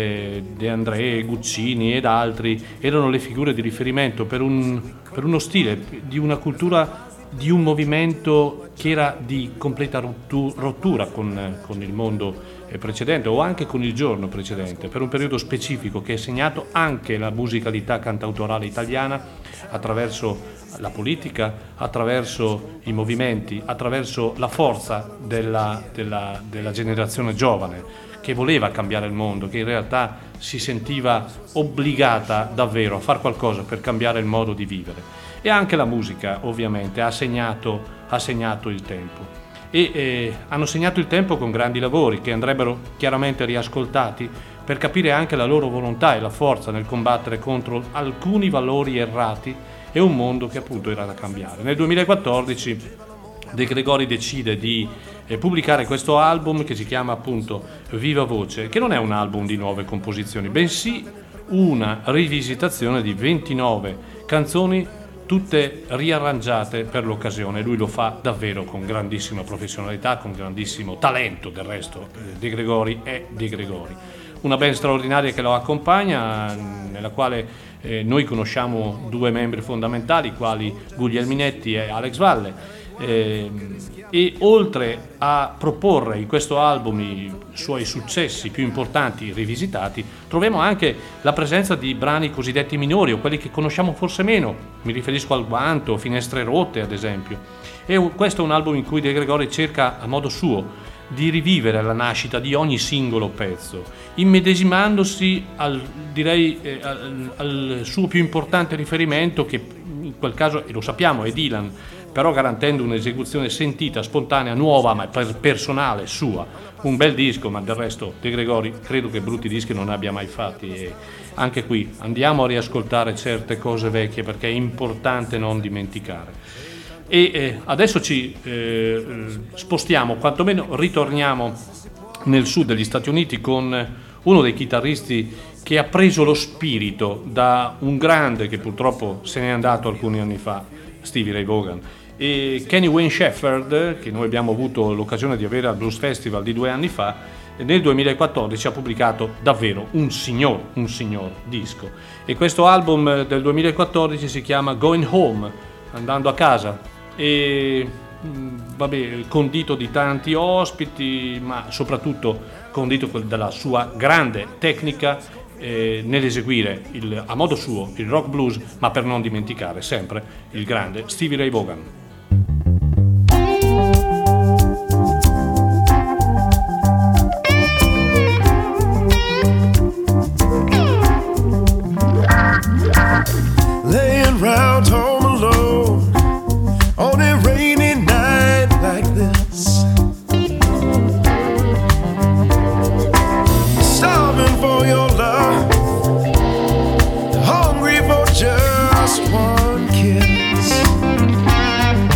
De André, Guccini ed altri erano le figure di riferimento per uno stile, di una cultura, di un movimento che era di completa rottura con il mondo precedente o anche con il giorno precedente, per un periodo specifico che ha segnato anche la musicalità cantautorale italiana attraverso la politica, attraverso i movimenti, attraverso la forza della generazione giovane che voleva cambiare il mondo, che in realtà si sentiva obbligata davvero a fare qualcosa per cambiare il modo di vivere. E anche la musica ovviamente ha segnato il tempo e hanno segnato il tempo con grandi lavori che andrebbero chiaramente riascoltati per capire anche la loro volontà e la forza nel combattere contro alcuni valori errati e un mondo che appunto era da cambiare. Nel 2014 De Gregori decide di pubblicare questo album che si chiama appunto Viva Voce, che non è un album di nuove composizioni, bensì una rivisitazione di 29 canzoni tutte riarrangiate per l'occasione. Lui lo fa davvero con grandissima professionalità, con grandissimo talento. Del resto De Gregori è De Gregori. Una band straordinaria che lo accompagna, nella quale noi conosciamo due membri fondamentali quali Guglielminetti e Alex Valle. E oltre a proporre in questo album i suoi successi più importanti rivisitati, troviamo anche la presenza di brani cosiddetti minori o quelli che conosciamo forse meno. Mi riferisco al Guanto, Finestre Rotte ad esempio. E questo è un album in cui De Gregori cerca a modo suo di rivivere la nascita di ogni singolo pezzo, immedesimandosi al suo più importante riferimento, che in quel caso, e lo sappiamo, è Dylan, però garantendo un'esecuzione sentita, spontanea, nuova, ma personale, sua. Un bel disco, ma del resto De Gregori credo che brutti dischi non abbia mai fatti, e anche qui andiamo a riascoltare certe cose vecchie perché è importante non dimenticare. E adesso ci spostiamo, quantomeno ritorniamo nel sud degli Stati Uniti con uno dei chitarristi che ha preso lo spirito da un grande che purtroppo se n'è andato alcuni anni fa, Stevie Ray Vaughan. E Kenny Wayne Shepherd, che noi abbiamo avuto l'occasione di avere al Blues Festival di 2 anni fa, nel 2014 ha pubblicato davvero un signor disco. E questo album del 2014 si chiama Going Home, andando a casa, e vabbè, condito di tanti ospiti, ma soprattutto condito dalla sua grande tecnica nell'eseguire a modo suo il rock blues, ma per non dimenticare sempre il grande Stevie Ray Vaughan. Laying round home alone on a rainy night like this, starving for your love, hungry for just one kiss.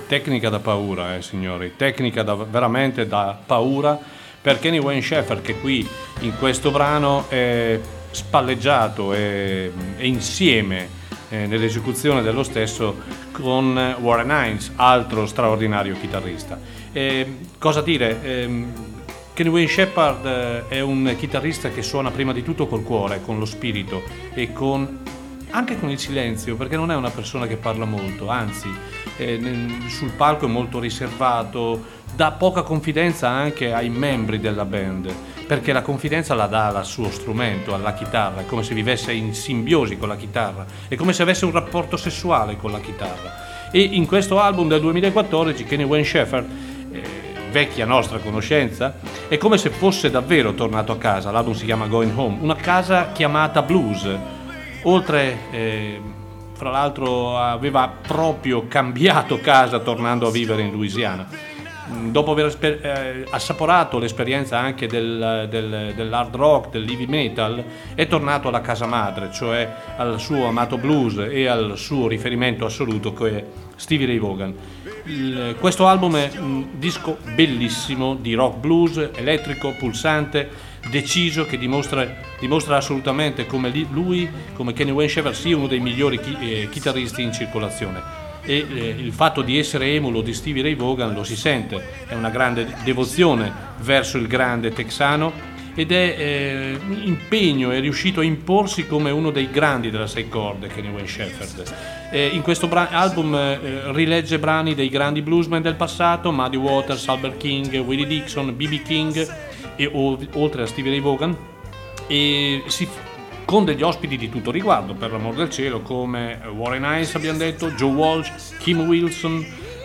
tecnica da paura, signori, tecnica veramente da paura, per Kenny Wayne Shepherd, che qui in questo brano è spalleggiato e insieme nell'esecuzione dello stesso con Warren Hines, altro straordinario chitarrista. Cosa dire? Kenny Wayne Shepherd è un chitarrista che suona prima di tutto col cuore, con lo spirito e anche con il silenzio, perché non è una persona che parla molto, anzi sul palco è molto riservato, dà poca confidenza anche ai membri della band, perché la confidenza la dà al suo strumento, alla chitarra, è come se vivesse in simbiosi con la chitarra, è come se avesse un rapporto sessuale con la chitarra. E in questo album del 2014 Kenny Wayne Shepherd, vecchia nostra conoscenza, è come se fosse davvero tornato a casa. L'album si chiama Going Home, una casa chiamata blues. Oltre, fra l'altro, aveva proprio cambiato casa tornando a vivere in Louisiana. Dopo aver assaporato l'esperienza anche dell'hard rock, del heavy metal, è tornato alla casa madre, cioè al suo amato blues e al suo riferimento assoluto, che è Stevie Ray Vaughan. Questo album è un disco bellissimo di rock blues, elettrico, pulsante, deciso, che dimostra assolutamente come lui, come Kenny Wayne Shepherd, sia uno dei migliori chitarristi in circolazione. E il fatto di essere emulo di Stevie Ray Vaughan lo si sente, è una grande devozione verso il grande texano, ed è impegno, è riuscito a imporsi come uno dei grandi della sei corde, Kenny Wayne Shepherd. In questo album rilegge brani dei grandi bluesmen del passato, Muddy Waters, Albert King, Willie Dixon, B.B. King, oltre a Stevie Ray Vaughan, e con degli ospiti di tutto riguardo, per l'amor del cielo, come Warren Hines, abbiamo detto, Joe Walsh, Kim Wilson,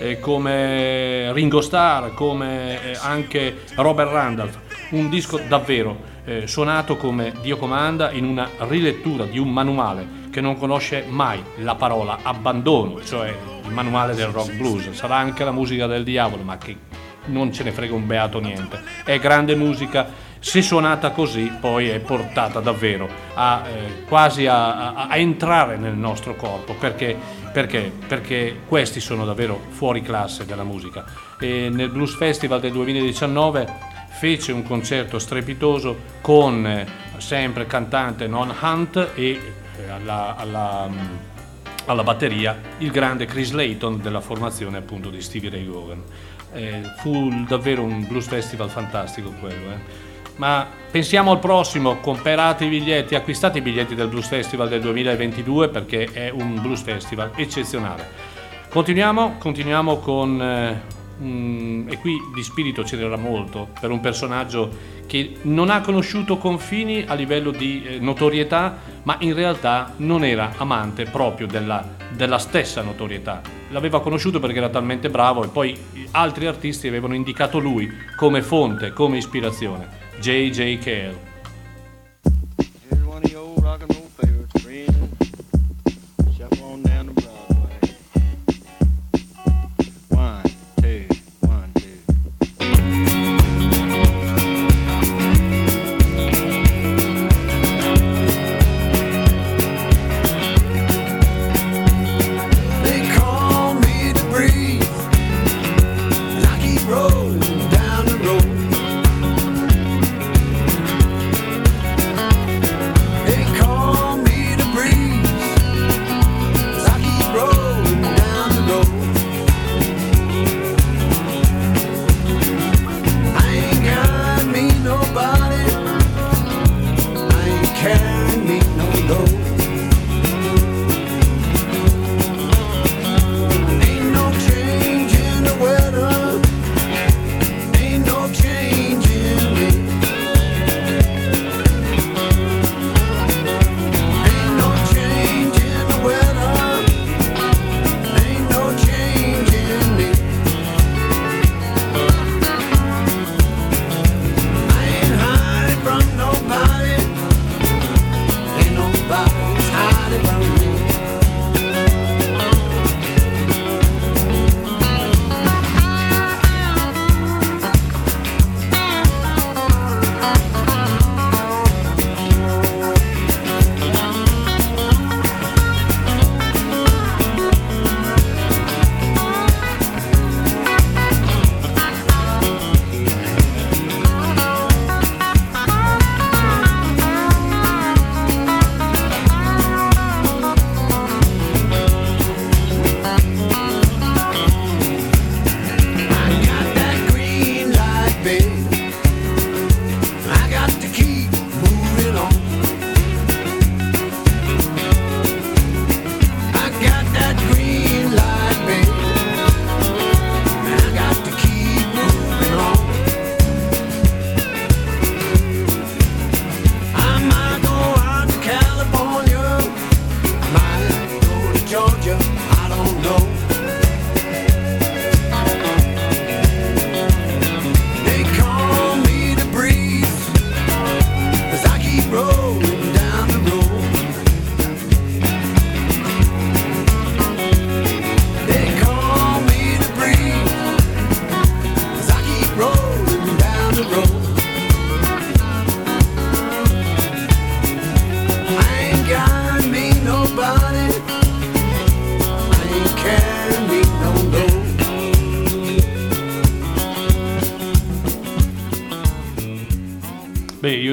come Ringo Starr, come anche Robert Randolph. Un disco davvero suonato come Dio comanda, in una rilettura di un manuale che non conosce mai la parola abbandono, cioè il manuale del rock blues. Sarà anche la musica del diavolo, ma che non ce ne frega un beato niente. È grande musica, se suonata così poi è portata davvero quasi a entrare nel nostro corpo, perché questi sono davvero fuori classe della musica. E nel Blues Festival del 2019 fece un concerto strepitoso con sempre cantante Non Hunt e alla batteria il grande Chris Layton della formazione appunto di Stevie Ray Vaughan. Fu davvero un Blues Festival fantastico quello. Ma pensiamo al prossimo, comprate i biglietti, acquistate i biglietti del Blues Festival del 2022, perché è un Blues Festival eccezionale. Continuiamo con e qui di spirito ce n'era molto per un personaggio che non ha conosciuto confini a livello di notorietà, ma in realtà non era amante proprio della stessa notorietà. L'aveva conosciuto perché era talmente bravo, e poi altri artisti avevano indicato lui come fonte, come ispirazione. J.J. Cale. Here's one of your old rock and roll favorites, friend. Shuffle on down to Broadway. 1, 2, 1, 2. They call me to breathe, and I keep rolling down the road. They call me to breathe, 'cause I keep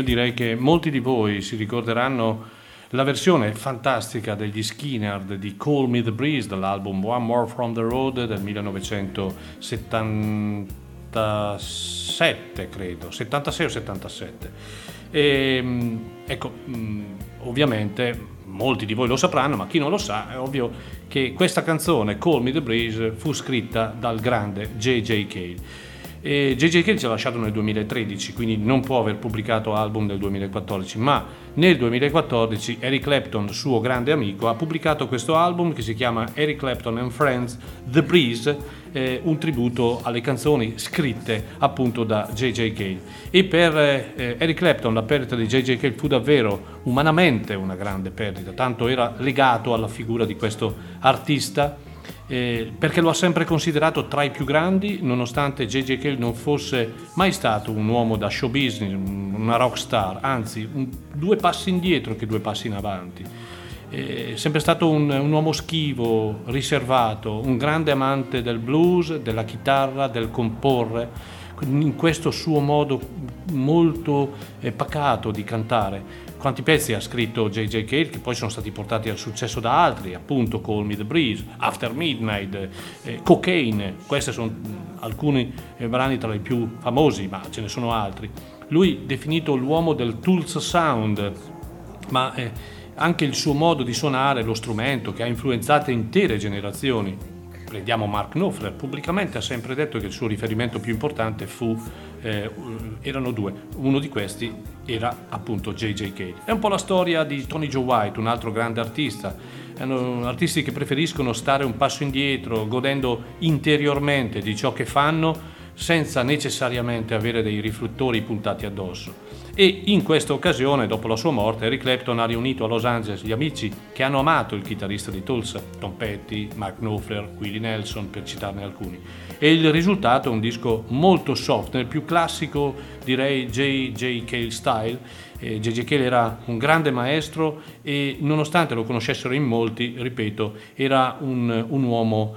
io direi che molti di voi si ricorderanno la versione fantastica degli Skinner di Call Me the Breeze dall'album One More from the Road del 1977, credo, 76 o 77. Ecco, ovviamente molti di voi lo sapranno, ma chi non lo sa, è ovvio che questa canzone, Call Me the Breeze, fu scritta dal grande J.J. Cale. E J.J. Cale ci ha lasciato nel 2013, quindi non può aver pubblicato album nel 2014, ma nel 2014 Eric Clapton, suo grande amico, ha pubblicato questo album che si chiama Eric Clapton and Friends The Breeze, un tributo alle canzoni scritte appunto da J.J. Cale. E per Eric Clapton la perdita di J.J. Cale fu davvero umanamente una grande perdita, tanto era legato alla figura di questo artista, perché lo ha sempre considerato tra i più grandi, nonostante J.J. Cale non fosse mai stato un uomo da show business, una rock star, anzi due passi indietro che due passi in avanti. È sempre stato un uomo schivo, riservato, un grande amante del blues, della chitarra, del comporre, in questo suo modo molto pacato di cantare. Quanti pezzi ha scritto J.J. Cale che poi sono stati portati al successo da altri, appunto Call Me the Breeze, After Midnight, Cocaine. Questi sono alcuni brani tra i più famosi, ma ce ne sono altri. Lui definito l'uomo del Tulsa Sound, ma anche il suo modo di suonare lo strumento che ha influenzato intere generazioni. Prendiamo Mark Knopfler, pubblicamente ha sempre detto che il suo riferimento più importante erano due, uno di questi era appunto J.J. Cale. È un po' la storia di Tony Joe White, un altro grande artista. Erano artisti che preferiscono stare un passo indietro, godendo interiormente di ciò che fanno, senza necessariamente avere dei riflettori puntati addosso. E in questa occasione, dopo la sua morte, Eric Clapton ha riunito a Los Angeles gli amici che hanno amato il chitarrista di Tulsa, Tom Petty, Mark Knopfler, Willie Nelson, per citarne alcuni. E il risultato è un disco molto soft, nel più classico, direi, J.J. Cale style. J.J. Cale era un grande maestro e nonostante lo conoscessero in molti, ripeto, era un uomo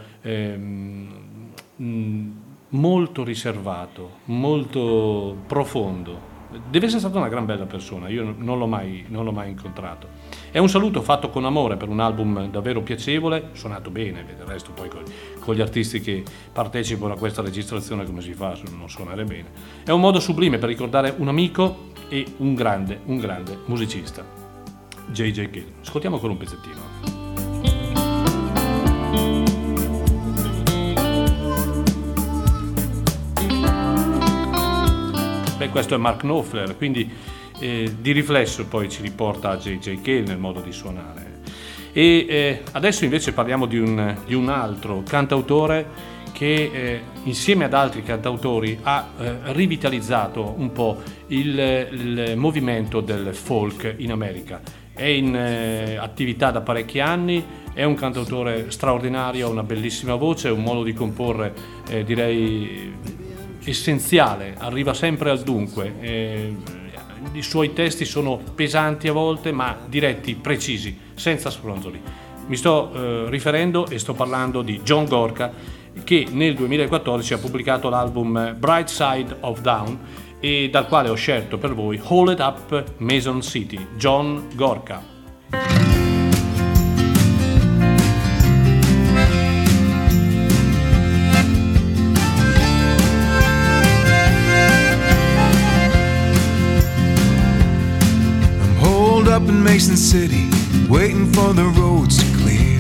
molto riservato, molto profondo. Deve essere stata una gran bella persona, io non l'ho mai incontrato. È un saluto fatto con amore per un album davvero piacevole, suonato bene, del resto poi con gli artisti che partecipano a questa registrazione come si fa a non suonare bene. È un modo sublime per ricordare un amico e un grande musicista, J.J. Cale. Ascoltiamo ancora un pezzettino. Questo è Mark Knopfler, quindi di riflesso poi ci riporta a J.J. Cale nel modo di suonare. E adesso invece parliamo di un altro cantautore che insieme ad altri cantautori ha rivitalizzato un po' il movimento del folk in America. È in attività da parecchi anni, è un cantautore straordinario, ha una bellissima voce, un modo di comporre direi essenziale, arriva sempre al dunque. I suoi testi sono pesanti a volte ma diretti, precisi, senza sfronzoli. Mi sto riferendo e sto parlando di John Gorka, che nel 2014 ha pubblicato l'album Bright Side of Down e dal quale ho scelto per voi Hold It Up Mason City, John Gorka. Up in Mason City, waiting for the roads to clear.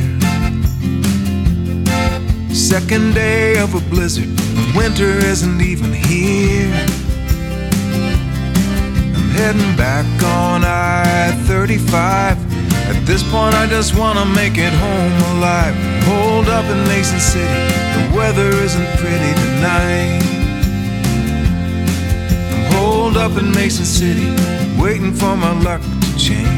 Second day of a blizzard, winter isn't even here. I'm heading back on I-35. At this point I just wanna make it home alive. Hold up in Mason City, the weather isn't pretty tonight. I'm holed up in Mason City, waiting for my luck to change.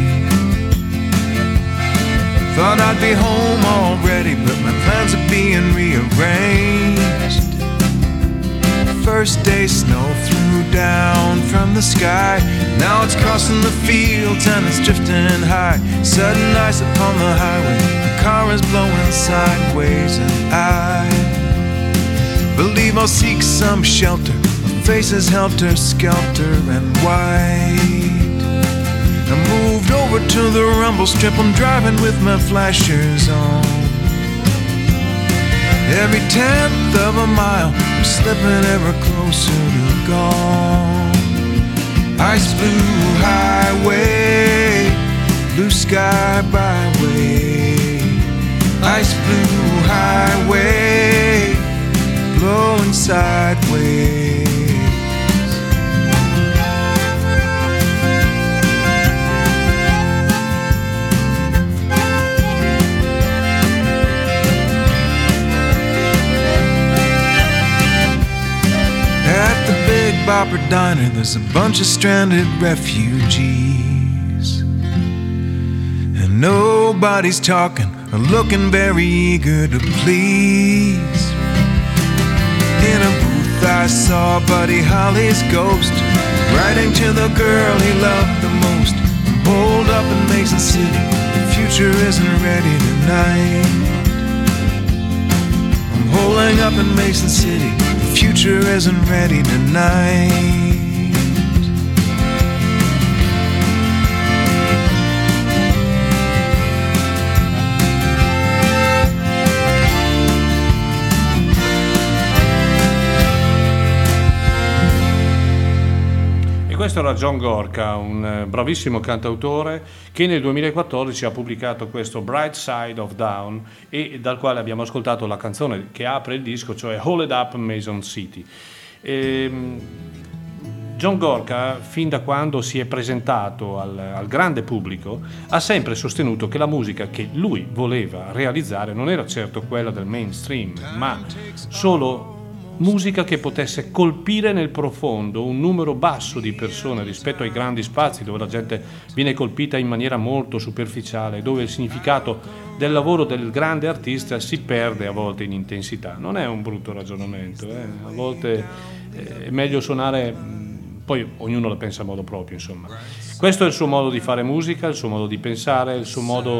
Thought I'd be home already, but my plans are being rearranged. First day snow flew down from the sky. Now it's crossing the fields and it's drifting high. Sudden ice upon the highway, the car is blowing sideways, and I believe I'll seek some shelter. My face is helter-skelter and white. I moved over to the rumble strip, I'm driving with my flashers on. Every 10th of a mile, I'm slipping ever closer to gone. Ice blue highway, blue sky byway. Ice blue highway, blowing sideways. At the Big Bopper Diner, there's a bunch of stranded refugees, and nobody's talking or looking very eager to please. In a booth I saw Buddy Holly's ghost, writing to the girl he loved the most. I'm holed up in Mason City, the future isn't ready tonight. I'm holding up in Mason City, the future isn't ready tonight. Questo era John Gorka, un bravissimo cantautore che nel 2014 ha pubblicato questo Bright Side of Down, e dal quale abbiamo ascoltato la canzone che apre il disco, cioè Holed Up Mason City. John Gorka, fin da quando si è presentato al grande pubblico, ha sempre sostenuto che la musica che lui voleva realizzare non era certo quella del mainstream, ma solo musica che potesse colpire nel profondo un numero basso di persone rispetto ai grandi spazi dove la gente viene colpita in maniera molto superficiale, dove il significato del lavoro del grande artista si perde a volte in intensità. Non è un brutto ragionamento, a volte è meglio suonare, poi ognuno la pensa a modo proprio, insomma. Questo è il suo modo di fare musica, il suo modo di pensare, il suo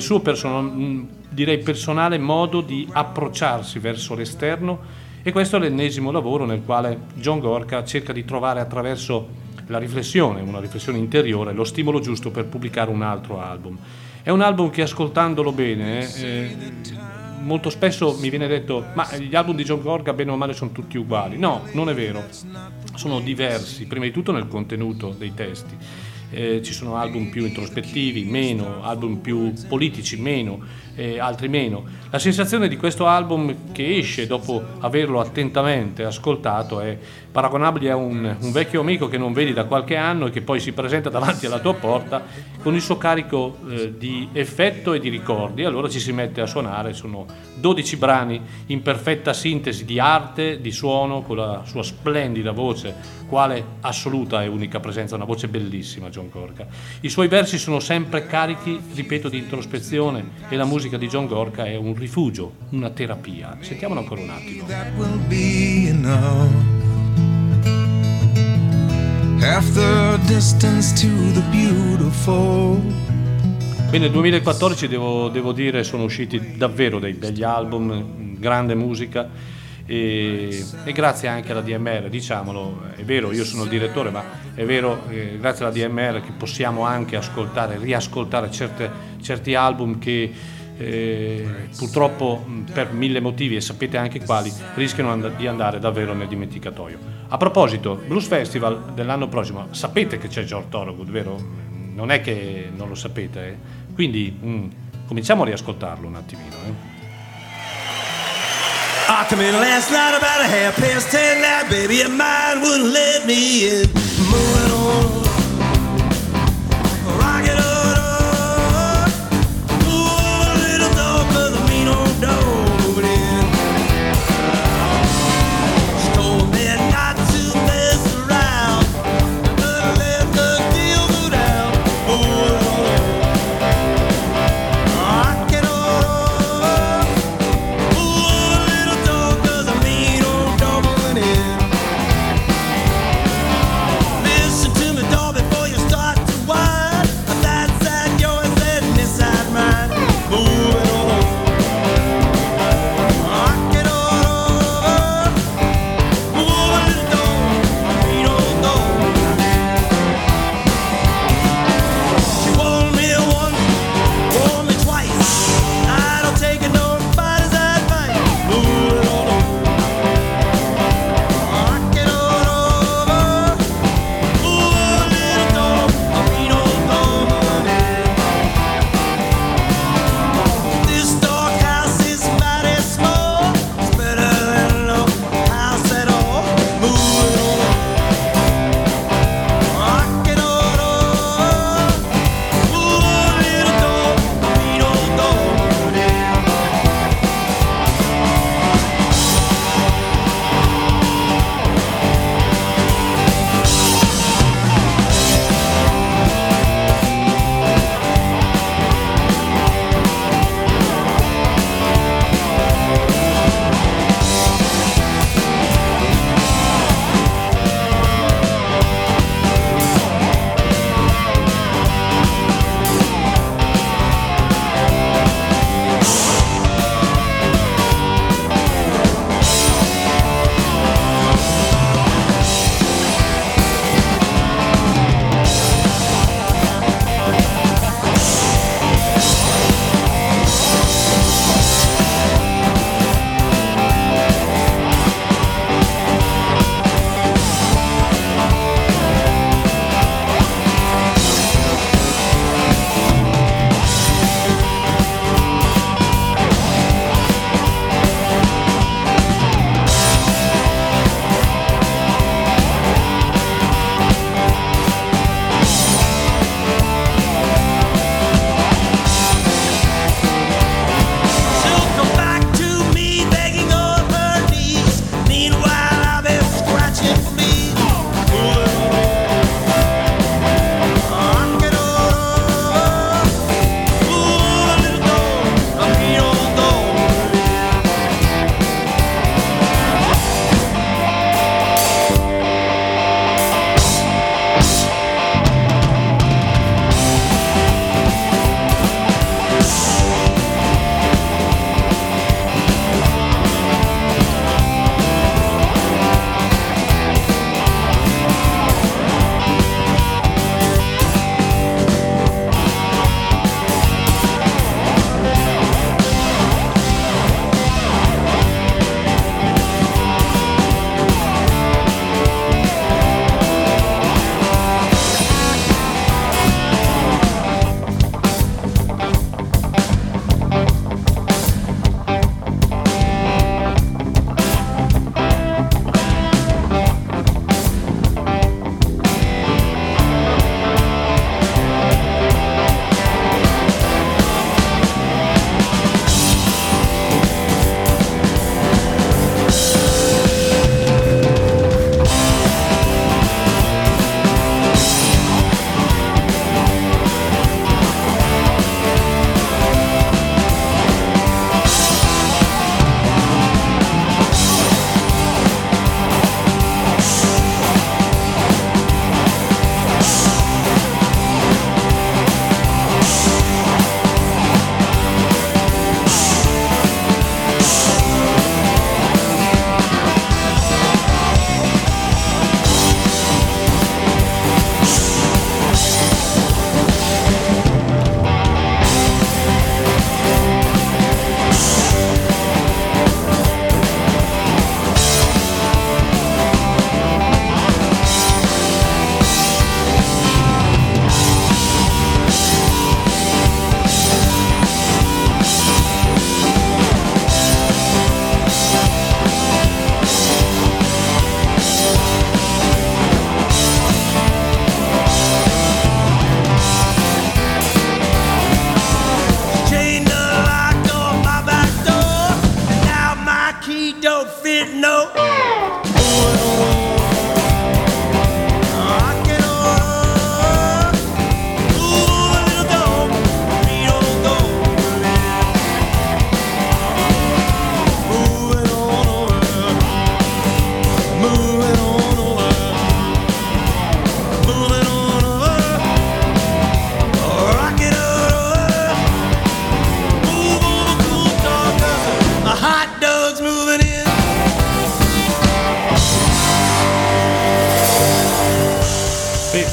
personale modo di approcciarsi verso l'esterno. E questo è l'ennesimo lavoro nel quale John Gorka cerca di trovare, attraverso la riflessione, una riflessione interiore, lo stimolo giusto per pubblicare un altro album. È un album che, ascoltandolo bene, molto spesso mi viene detto: ma gli album di John Gorka bene o male sono tutti uguali. No, non è vero, sono diversi, prima di tutto nel contenuto dei testi. Ci sono album più introspettivi, meno, album più politici, meno, altri meno. La sensazione di questo album, che esce dopo averlo attentamente ascoltato, è paragonabile a un vecchio amico che non vedi da qualche anno e che poi si presenta davanti alla tua porta con il suo carico di effetto e di ricordi. Allora ci si mette a suonare. Sono 12 brani in perfetta sintesi di arte, di suono, con la sua splendida voce, quale assoluta e unica presenza, una voce bellissima, John Gorka. I suoi versi sono sempre carichi, ripeto, di introspezione, e la musica di John Gorka è un rifugio, una terapia. Sentiamolo ancora un attimo. That will be enough. Half the distance to the beautiful. Qui nel 2014 devo dire sono usciti davvero degli album, grande musica, e grazie anche alla DMR, diciamolo, è vero, io sono il direttore, ma è vero, grazie alla DMR che possiamo anche ascoltare, riascoltare certi album che purtroppo per mille motivi, e sapete anche quali, rischiano di andare davvero nel dimenticatoio. A proposito, Blues Festival dell'anno prossimo, sapete che c'è George Thorogood, vero? Non è che non lo sapete, Quindi cominciamo a riascoltarlo un attimino. I come in last night about 10:30 now, baby, your mind wouldn't let me in. Moving on, rock it on, ooh, a little dog, 'cause a mean old dog moving in. She told me not to mess around, but let the deal go down. Rock it on, ooh, a little dog, 'cause a mean old dog moving in. Miss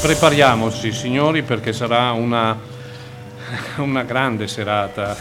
Prepariamoci, signori, perché sarà una grande serata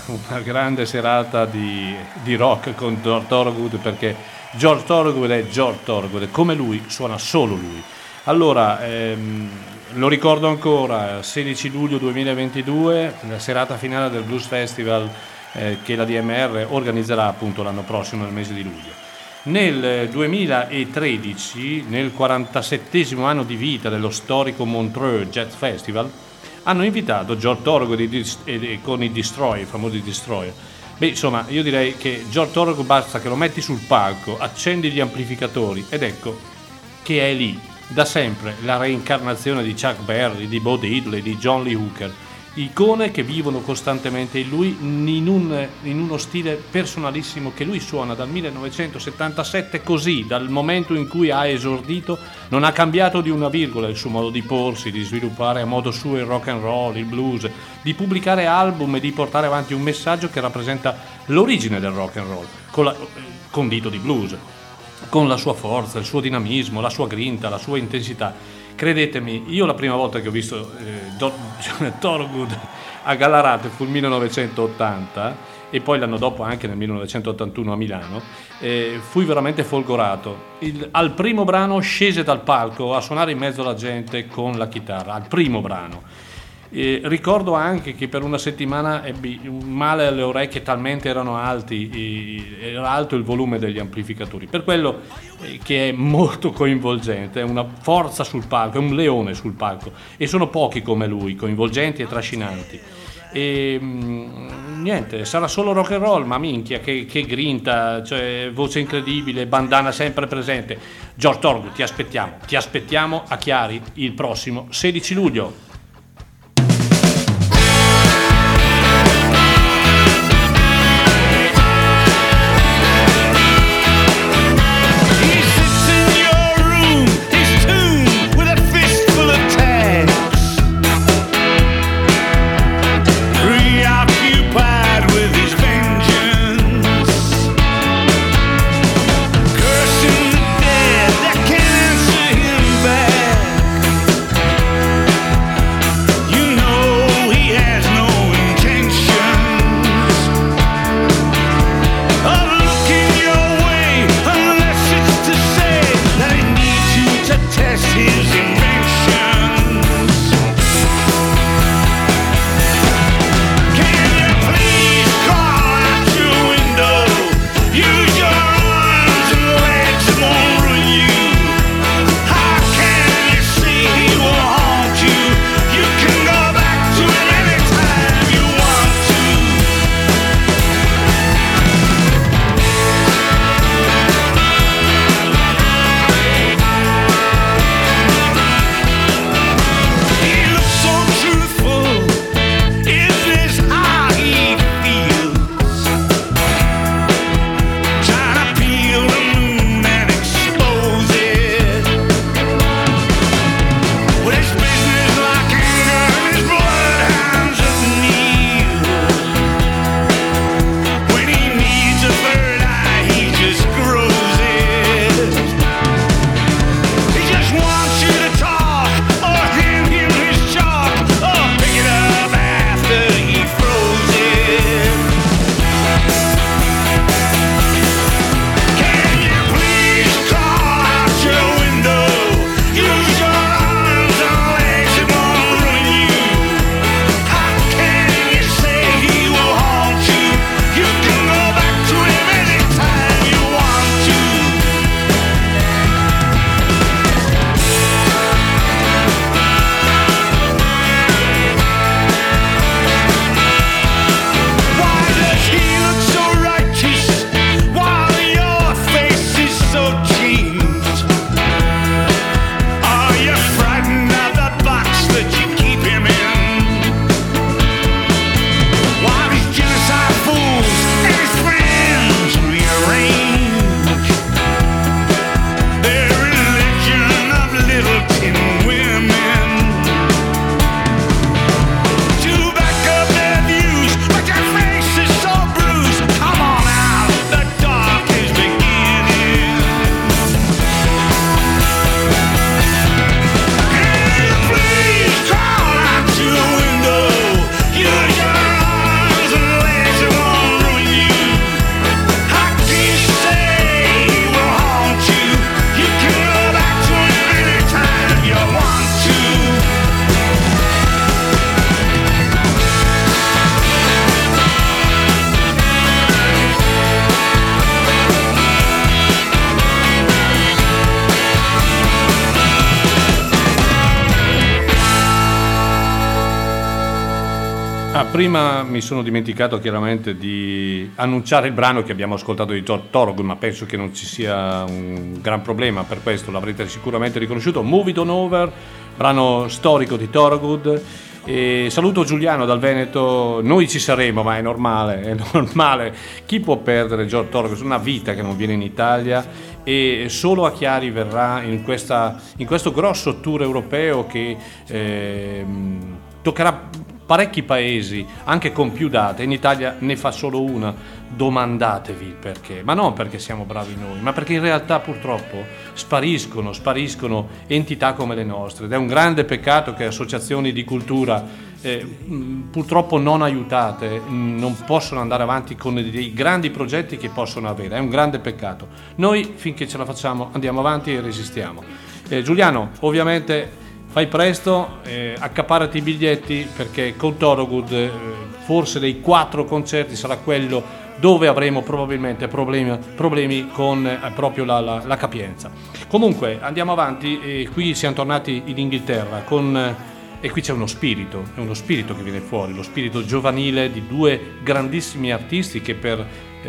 di rock con George Thorogood, perché George Thorogood è George Thorogood, come lui suona solo lui. Allora, lo ricordo ancora, 16 luglio 2022, la serata finale del Blues Festival che la DMR organizzerà appunto l'anno prossimo, nel mese di luglio. Nel 2013, nel 47esimo anno di vita dello storico Montreux Jazz Festival, hanno invitato George Thorogood con i Destroyer, i famosi Destroyer. Beh, insomma, io direi che George Thorogood basta che lo metti sul palco, accendi gli amplificatori ed ecco che è lì, da sempre, la reincarnazione di Chuck Berry, di Bo Diddley, di John Lee Hooker. Icone che vivono costantemente in lui in uno stile personalissimo che lui suona dal 1977 così, dal momento in cui ha esordito non ha cambiato di una virgola il suo modo di porsi, di sviluppare a modo suo il rock and roll, il blues, di pubblicare album e di portare avanti un messaggio che rappresenta l'origine del rock and roll con dito di blues, con la sua forza, il suo dinamismo, la sua grinta, la sua intensità. Credetemi, io la prima volta che ho visto Thorogood a Gallarate fu il 1980 e poi l'anno dopo anche nel 1981 a Milano, fui veramente folgorato. Al primo brano scese dal palco a suonare in mezzo alla gente con la chitarra, al primo brano. Ricordo anche che per una settimana ebbi un male alle orecchie, talmente erano alti, era alto il volume degli amplificatori, per quello che è molto coinvolgente, è una forza sul palco, è un leone sul palco e sono pochi come lui, coinvolgenti e trascinanti. E niente, sarà solo rock and roll, ma minchia che grinta, cioè voce incredibile, bandana sempre presente. George Thorogood, ti aspettiamo a Chiari il prossimo 16 luglio. prima mi sono dimenticato chiaramente di annunciare il brano che abbiamo ascoltato di Thorogood, ma penso che non ci sia un gran problema per questo, l'avrete sicuramente riconosciuto. Move It On Over, brano storico di Thorogood. E saluto Giuliano dal Veneto. Noi ci saremo, ma è normale. Chi può perdere George Thorogood? Una vita che non viene in Italia, e solo a Chiari verrà in questo grosso tour europeo che toccherà parecchi paesi, anche con più date. In Italia ne fa solo una. Domandatevi perché, ma non perché siamo bravi noi, ma perché in realtà purtroppo spariscono entità come le nostre, ed è un grande peccato che associazioni di cultura purtroppo non aiutate non possono andare avanti con dei grandi progetti che possono avere. È un grande peccato. Noi finché ce la facciamo andiamo avanti e resistiamo. Giuliano, ovviamente fai presto, accaparati i biglietti, perché con Thorogood forse dei 4 concerti sarà quello dove avremo probabilmente problemi con proprio la capienza. Comunque andiamo avanti, e qui siamo tornati in Inghilterra e qui c'è uno spirito, è uno spirito che viene fuori, lo spirito giovanile di 2 grandissimi artisti che per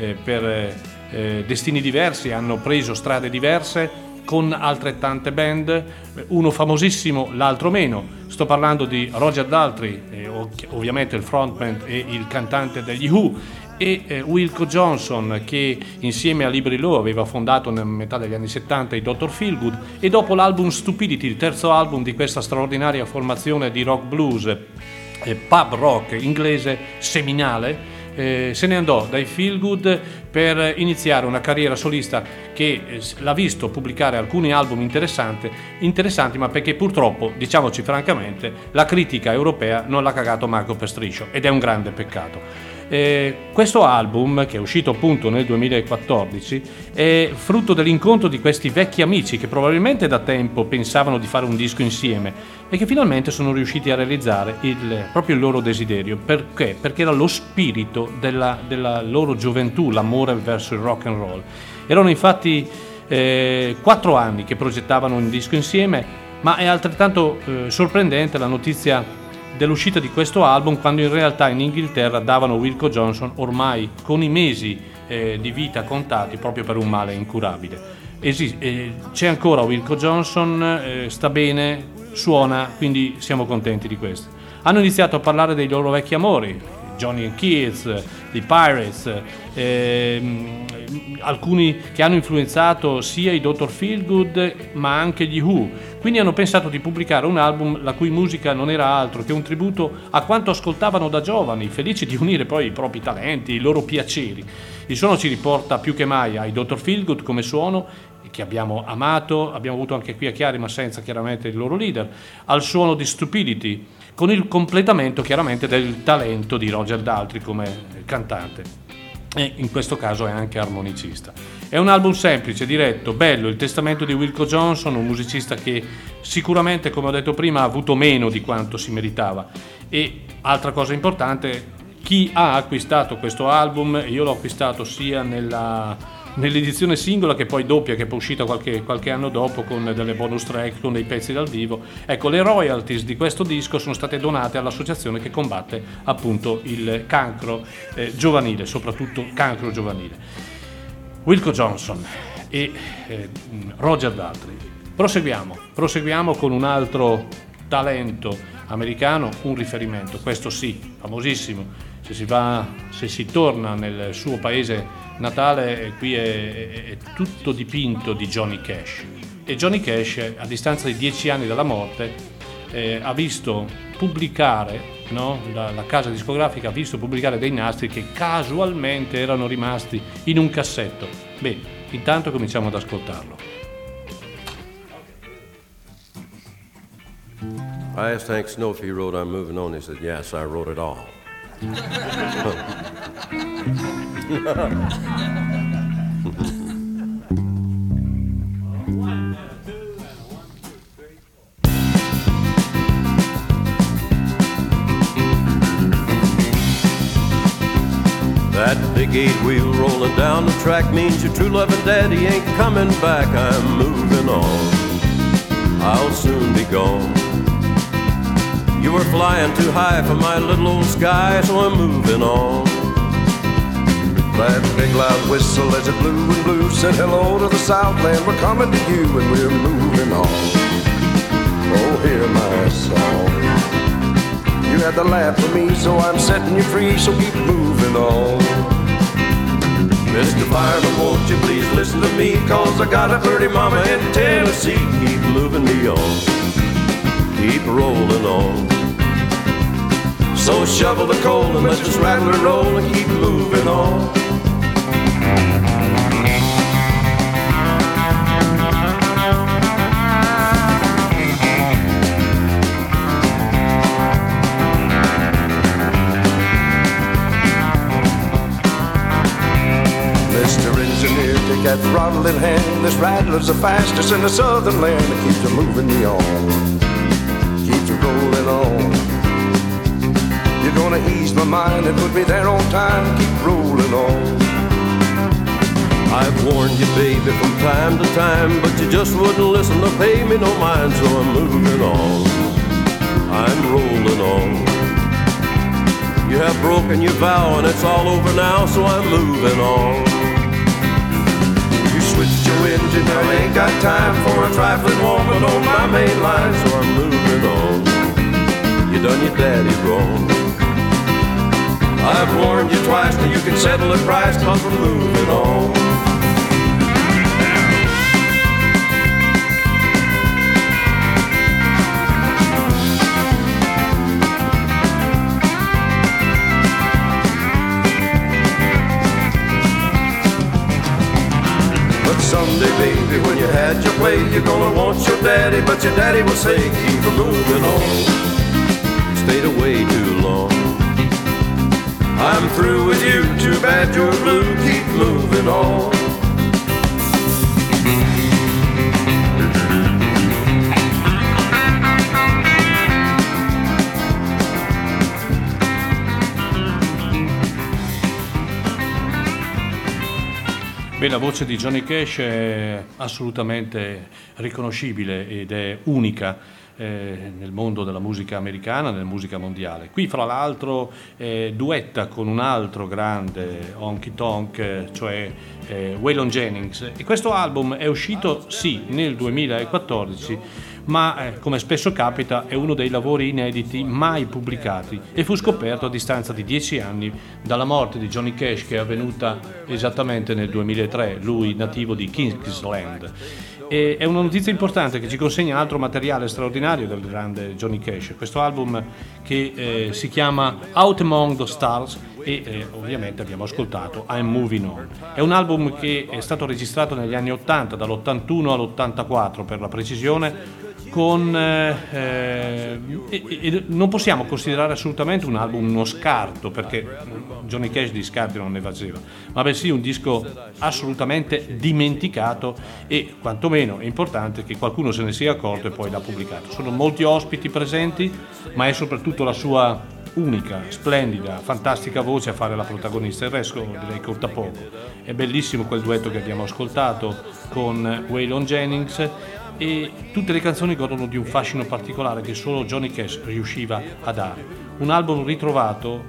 destini diversi hanno preso strade diverse con altrettante band, uno famosissimo, l'altro meno. Sto parlando di Roger Daltrey, ovviamente il frontman e il cantante degli Who, e Wilco Johnson, che insieme a Libri Law aveva fondato nella metà degli anni 70 i Dr. Feelgood, e dopo l'album Stupidity, il terzo album di questa straordinaria formazione di rock blues pub rock inglese seminale, se ne andò dai Feelgood per iniziare una carriera solista che l'ha visto pubblicare alcuni album interessanti, ma perché purtroppo, diciamoci francamente, la critica europea non l'ha cagato Marco per striscio, ed è un grande peccato. Questo album, che è uscito appunto nel 2014, è frutto dell'incontro di questi vecchi amici che probabilmente da tempo pensavano di fare un disco insieme e che finalmente sono riusciti a realizzare proprio il loro desiderio. Perché? Perché era lo spirito della loro gioventù, l'amore verso il rock and roll. Erano infatti 4 anni che progettavano un disco insieme, ma è altrettanto sorprendente la notizia dell'uscita di questo album, quando in realtà in Inghilterra davano Wilco Johnson ormai con i mesi di vita contati, proprio per un male incurabile. C'è ancora Wilco Johnson, sta bene, suona, quindi siamo contenti di questo. Hanno iniziato a parlare dei loro vecchi amori, Johnny and Keith, di Pirates, alcuni che hanno influenzato sia i Dr. Feelgood ma anche gli Who. Quindi hanno pensato di pubblicare un album la cui musica non era altro che un tributo a quanto ascoltavano da giovani, felici di unire poi i propri talenti, i loro piaceri. Il suono ci riporta più che mai ai Dr. Feelgood come suono, che abbiamo amato, abbiamo avuto anche qui a Chiari, ma senza chiaramente il loro leader, al suono di Stupidity, con il completamento chiaramente del talento di Roger Daltrey come cantante, e in questo caso è anche armonicista. È un album semplice, diretto, bello, il testamento di Wilco Johnson, un musicista che sicuramente, come ho detto prima, ha avuto meno di quanto si meritava. E altra cosa importante, chi ha acquistato questo album, io l'ho acquistato sia nell'edizione singola che poi doppia, che è poi uscita qualche anno dopo, con delle bonus track, con dei pezzi dal vivo. Ecco, le royalties di questo disco sono state donate all'associazione che combatte appunto il cancro giovanile, soprattutto cancro giovanile. Wilco Johnson e Roger Daltrey. Proseguiamo con un altro talento americano, un riferimento, questo sì, famosissimo. Se si torna nel suo paese natale, qui è tutto dipinto di Johnny Cash. E Johnny Cash, a distanza di 10 anni dalla morte, ha visto pubblicare, no? La casa discografica ha visto pubblicare dei nastri che casualmente erano rimasti in un cassetto. Beh, intanto cominciamo ad ascoltarlo. I asked Hank Snow if he wrote I'm Moving On. He said, yes, I wrote it all. That big 8-wheel rolling down the track means your true loving daddy ain't coming back. I'm moving on, I'll soon be gone. You were flying too high for my little old sky, so I'm moving on. That big loud whistle as it blew and blew said hello to the Southland. We're coming to you and we're moving on. Oh, hear my song. You had the laugh for me, so I'm setting you free, so keep moving on. Mr. Fireman, won't you please listen to me, 'cause I got a birdie mama in Tennessee. Keep moving me on, keep rolling on. So shovel the coal and let's just rattle and roll and keep moving on. Mr. Engineer, take that throttle in hand. This rattler's the fastest in the southern land. It keeps moving me on, keeps rolling on. You're gonna ease my mind and put me there on time. Keep rolling on. I've warned you, baby, from time to time, but you just wouldn't listen to pay me no mind, so I'm moving on, I'm rolling on. You have broken your vow and it's all over now, so I'm moving on. You switched your engine, I ain't got time for a trifling woman on my main line, so I'm moving on. You done your daddy wrong. I've warned you twice, now you can settle the price, 'cause we're moving on. But someday, baby, when you had your way, you're gonna want your daddy, but your daddy will say, keep moving on. Stayed away too long. I'm through with you, too bad you're blue, keep moving on. Beh, la voce di Johnny Cash è assolutamente riconoscibile ed è unica nel mondo della musica americana, nella musica mondiale. Qui fra l'altro duetta con un altro grande honky tonk, cioè Waylon Jennings, e questo album è uscito sì nel 2014, ma come spesso capita è uno dei lavori inediti mai pubblicati e fu scoperto a distanza di 10 anni dalla morte di Johnny Cash, che è avvenuta esattamente nel 2003, lui nativo di Kingsland. E è una notizia importante che ci consegna altro materiale straordinario del grande Johnny Cash, questo album che si chiama Out Among the Stars e ovviamente abbiamo ascoltato I'm Moving On. È un album che è stato registrato negli anni 80, dall'81 all'84 per la precisione, con non possiamo considerare assolutamente un album uno scarto, perché Johnny Cash di scarti non ne faceva, ma bensì un disco assolutamente dimenticato, e quantomeno è importante che qualcuno se ne sia accorto e poi l'ha pubblicato. Sono molti ospiti presenti, ma è soprattutto la sua unica, splendida, fantastica voce a fare la protagonista. Il resto direi conta poco. È bellissimo quel duetto che abbiamo ascoltato con Waylon Jennings, e tutte le canzoni godono di un fascino particolare che solo Johnny Cash riusciva a dare. Un album ritrovato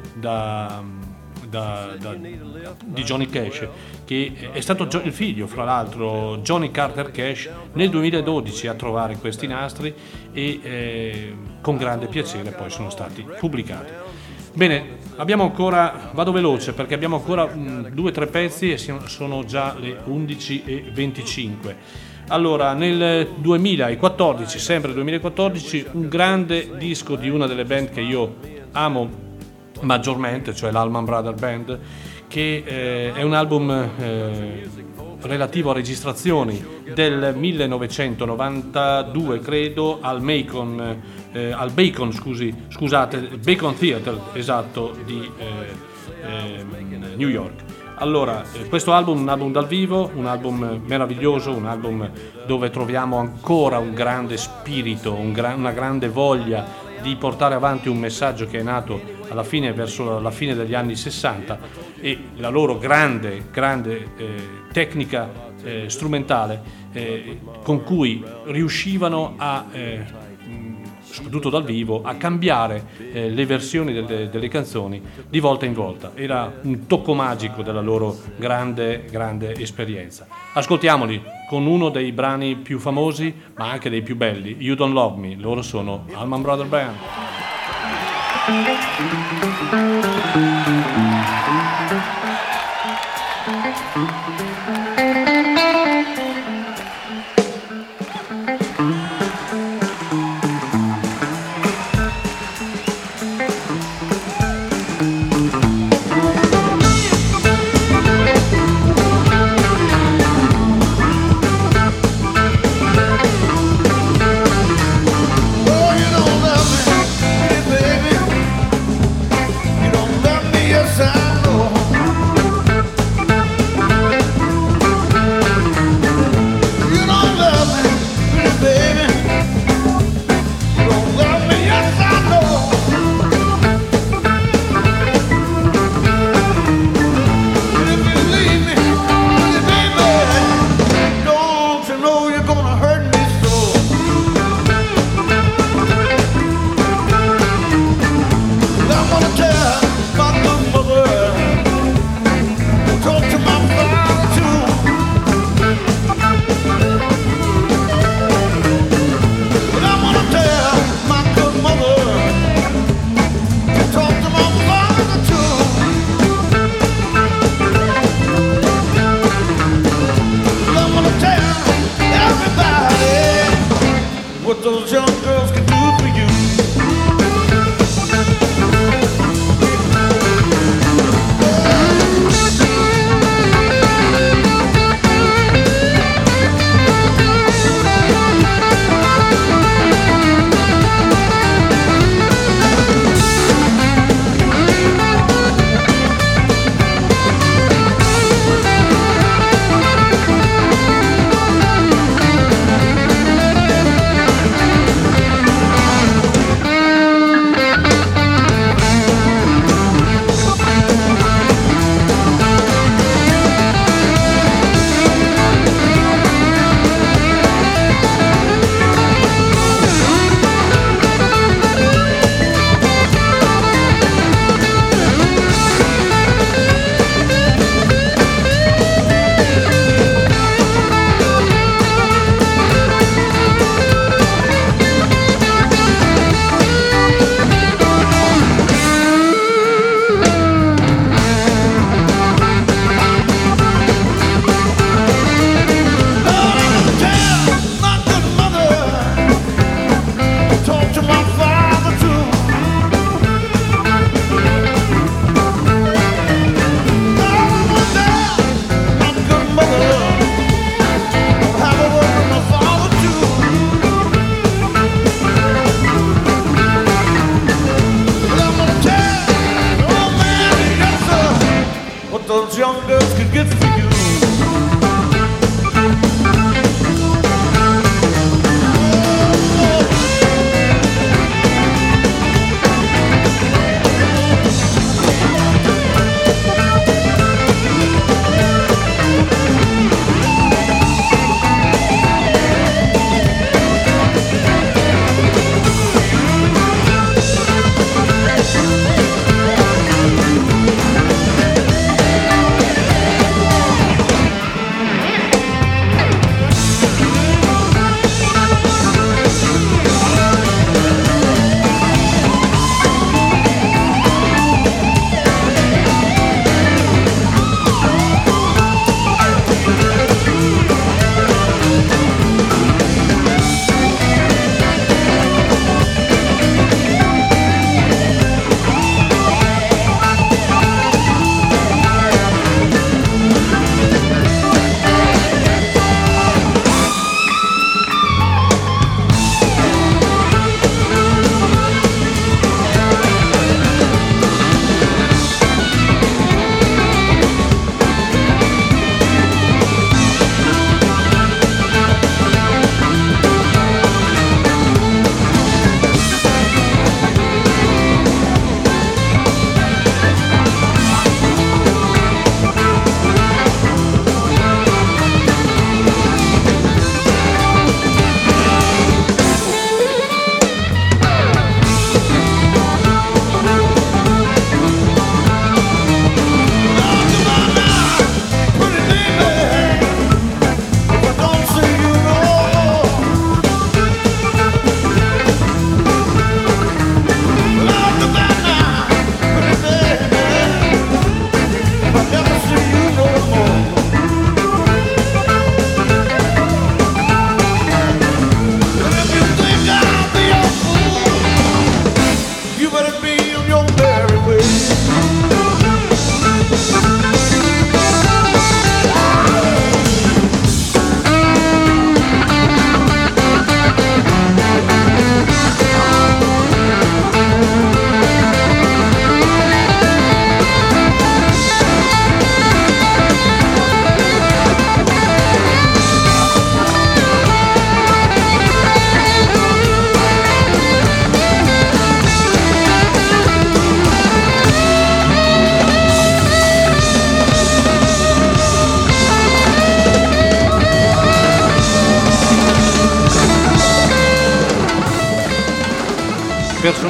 di Johnny Cash, che è stato il figlio, fra l'altro, Johnny Carter Cash, nel 2012 a trovare questi nastri, e con grande piacere poi sono stati pubblicati. Bene, abbiamo ancora, vado veloce perché abbiamo ancora 2-3 pezzi e sono già le 11:25. Allora, nel 2014, sempre 2014, un grande disco di una delle band che io amo maggiormente, cioè l'Allman Brothers Band, che è un album relativo a registrazioni del 1992, credo, al Bacon Theatre, esatto, di New York. Allora, questo album è un album dal vivo, un album meraviglioso, un album dove troviamo ancora un grande spirito, una grande voglia di portare avanti un messaggio che è nato verso la fine degli anni 60, e la loro grande tecnica strumentale con cui riuscivano a soprattutto dal vivo, a cambiare le versioni delle canzoni di volta in volta. Era un tocco magico della loro grande esperienza. Ascoltiamoli con uno dei brani più famosi ma anche dei più belli, You Don't Love Me. Loro sono Allman Brothers Band.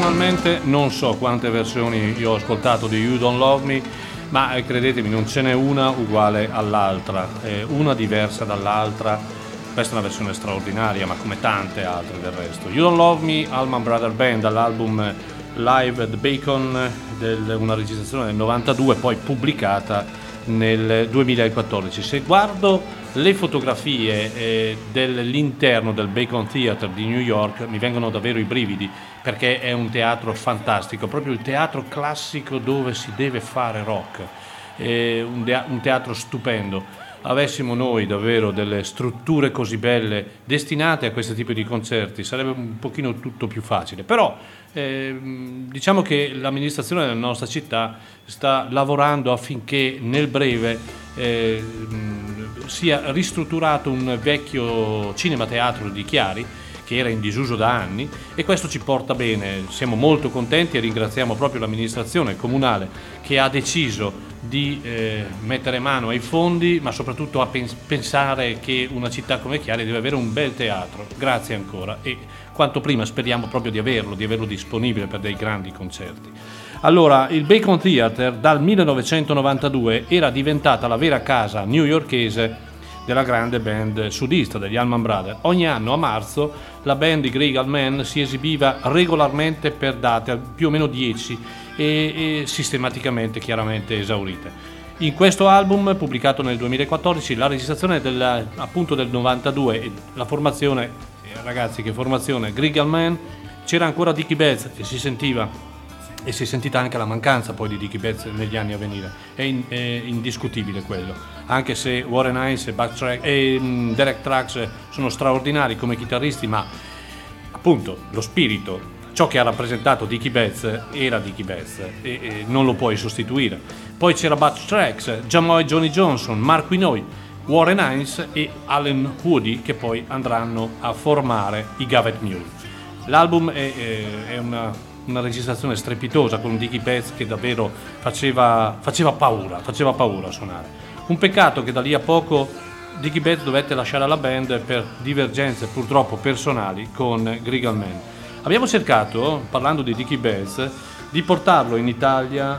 personalmente non so quante versioni io ho ascoltato di You Don't Love Me, ma credetemi, non ce n'è una uguale all'altra, una diversa dall'altra. Questa è una versione straordinaria, ma come tante altre del resto. You Don't Love Me, Allman Brothers Band, dall'album Live at the Bacon, una registrazione del 92, poi pubblicata nel 2014. Se guardo le fotografie dell'interno del Bacon Theatre di New York mi vengono davvero i brividi, perché è un teatro fantastico, proprio il teatro classico dove si deve fare rock, un teatro stupendo. Avessimo noi davvero delle strutture così belle destinate a questo tipo di concerti sarebbe un pochino tutto più facile, però diciamo che l'amministrazione della nostra città sta lavorando affinché nel breve sia ristrutturato un vecchio cinema teatro di Chiari che era in disuso da anni, e questo ci porta bene. Siamo molto contenti e ringraziamo proprio l'amministrazione comunale che ha deciso di mettere mano ai fondi, ma soprattutto a pensare che una città come Chiari deve avere un bel teatro. Grazie ancora, e quanto prima speriamo proprio di averlo disponibile per dei grandi concerti. Allora, il Bacon Theatre dal 1992 era diventata la vera casa newyorkese della grande band sudista degli Allman Brothers. Ogni anno a marzo la band di Greg Allman si esibiva regolarmente per date, più o meno 10, e sistematicamente chiaramente esaurite. In questo album, pubblicato nel 2014, la registrazione appunto del 92 e la formazione, ragazzi che formazione, Greg Allman, c'era ancora Dickie Betts e si sentiva, e si è sentita anche la mancanza poi di Dickie Betts negli anni a venire, è indiscutibile quello, anche se Warren Hines e Derek Trucks sono straordinari come chitarristi, ma appunto lo spirito, ciò che ha rappresentato Dickie Betts era Dickie Betts e non lo puoi sostituire. Poi c'era Butch Trucks, Jamoe Johnny Johnson, Mark Winoy, Warren Hines e Allen Woody, che poi andranno a formare i Gavet Mule. L'album è una registrazione strepitosa con Dickie Betts che davvero faceva paura a suonare. Un peccato che da lì a poco Dickie Betts dovette lasciare la band per divergenze purtroppo personali con Greg Allman. Abbiamo cercato, parlando di Dickie Betts, di portarlo in Italia,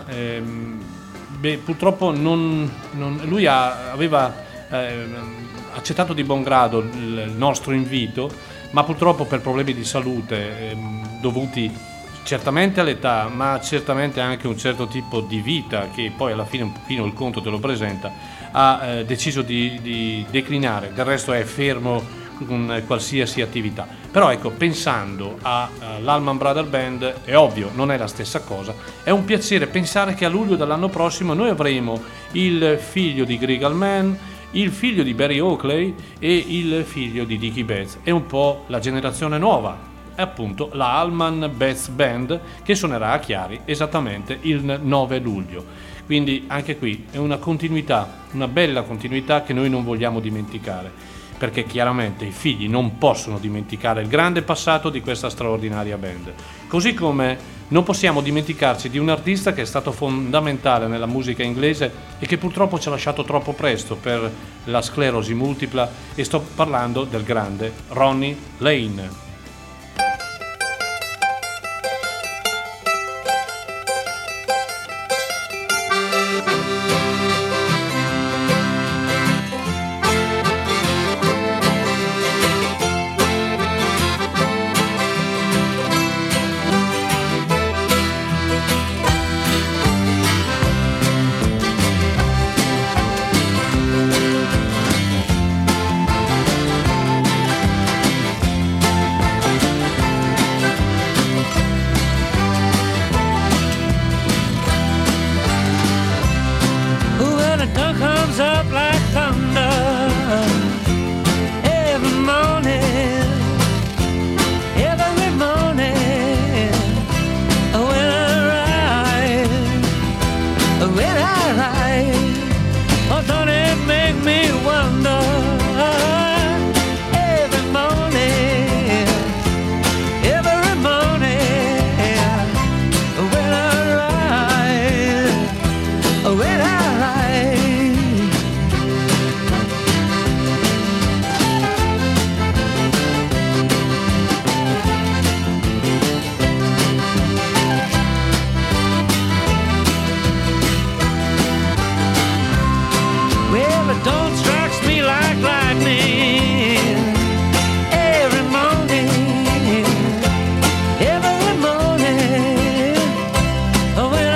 purtroppo lui aveva accettato di buon grado il nostro invito, ma purtroppo per problemi di salute dovuti certamente all'età, ma certamente anche un certo tipo di vita che poi alla fine un pochino il conto te lo presenta, ha deciso di declinare. Del resto è fermo con qualsiasi attività. Però ecco, pensando all'Allman Brothers Band, è ovvio, non è la stessa cosa. È un piacere pensare che a luglio dell'anno prossimo noi avremo il figlio di Greg Allman, il figlio di Barry Oakley e il figlio di Dickie Betts. È un po' la generazione nuova. È appunto la Allman Betts Band che suonerà a Chiari esattamente il 9 luglio. Quindi anche qui è una continuità, una bella continuità che noi non vogliamo dimenticare, perché chiaramente i figli non possono dimenticare il grande passato di questa straordinaria band. Così come non possiamo dimenticarci di un artista che è stato fondamentale nella musica inglese e che purtroppo ci ha lasciato troppo presto per la sclerosi multipla, e sto parlando del grande Ronnie Lane. dawn strikes me like lightning every morning, every morning. When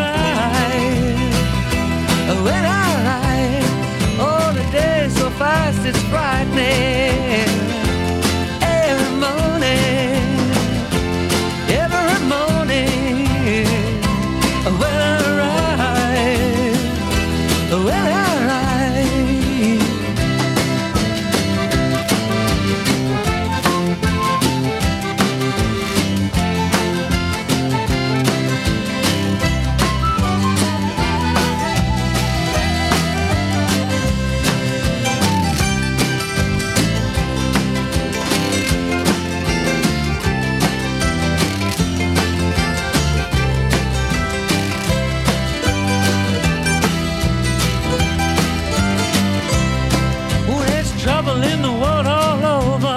I ride, oh, the day's so fast it's frightening. Every morning, every morning. When I ride, when I ride. Trouble in the world all over.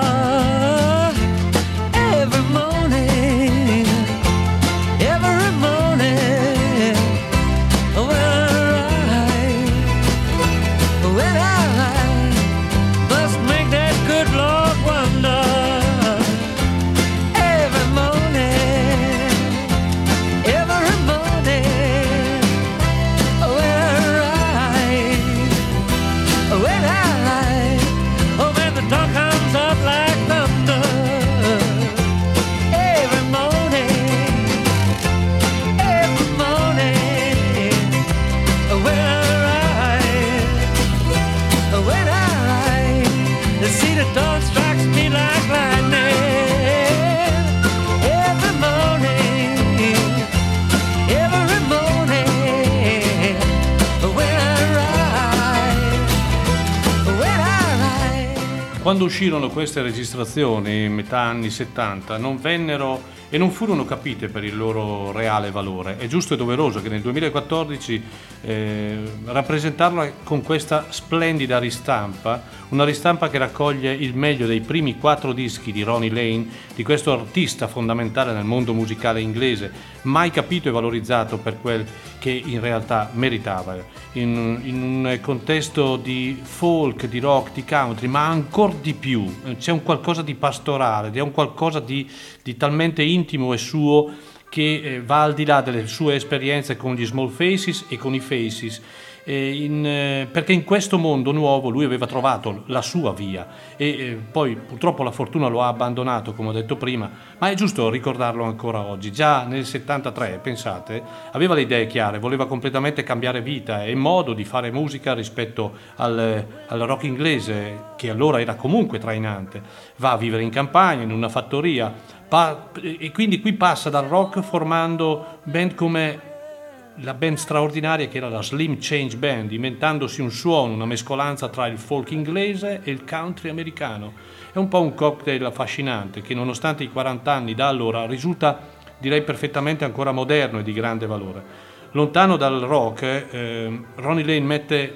Every morning, every morning. When I ride, must make that good Lord wonder. Every morning, every morning. When I ride, oh, when the dawn comes up like thunder. Every morning, every morning. When I ride, see the dawn strikes me like lightning. Every morning, every morning. When I ride. Quando uscirono queste registrazioni, metà anni 70, non vennero e non furono capite per il loro reale valore. È giusto e doveroso che nel 2014 rappresentarla con questa splendida ristampa, una ristampa che raccoglie il meglio dei primi 4 dischi di Ronnie Lane, di questo artista fondamentale nel mondo musicale inglese, mai capito e valorizzato per quel che in realtà meritava, in un contesto di folk, di rock, di country, ma ancora di più. C'è un qualcosa di pastorale, c'è un qualcosa di talmente intimo e suo che va al di là delle sue esperienze con gli Small Faces e con i Faces, perché in questo mondo nuovo lui aveva trovato la sua via e poi purtroppo la fortuna lo ha abbandonato, come ho detto prima, ma è giusto ricordarlo ancora oggi. Già nel 73, pensate, aveva le idee chiare, voleva completamente cambiare vita e modo di fare musica rispetto al rock inglese, che allora era comunque trainante. Va a vivere in campagna, in una fattoria, e quindi qui passa dal rock formando band come la band straordinaria che era la Slim Change Band, inventandosi un suono, una mescolanza tra il folk inglese e il country americano. È un po' un cocktail affascinante che, nonostante i 40 anni da allora, risulta, direi, perfettamente ancora moderno e di grande valore. Lontano dal rock, Ronnie Lane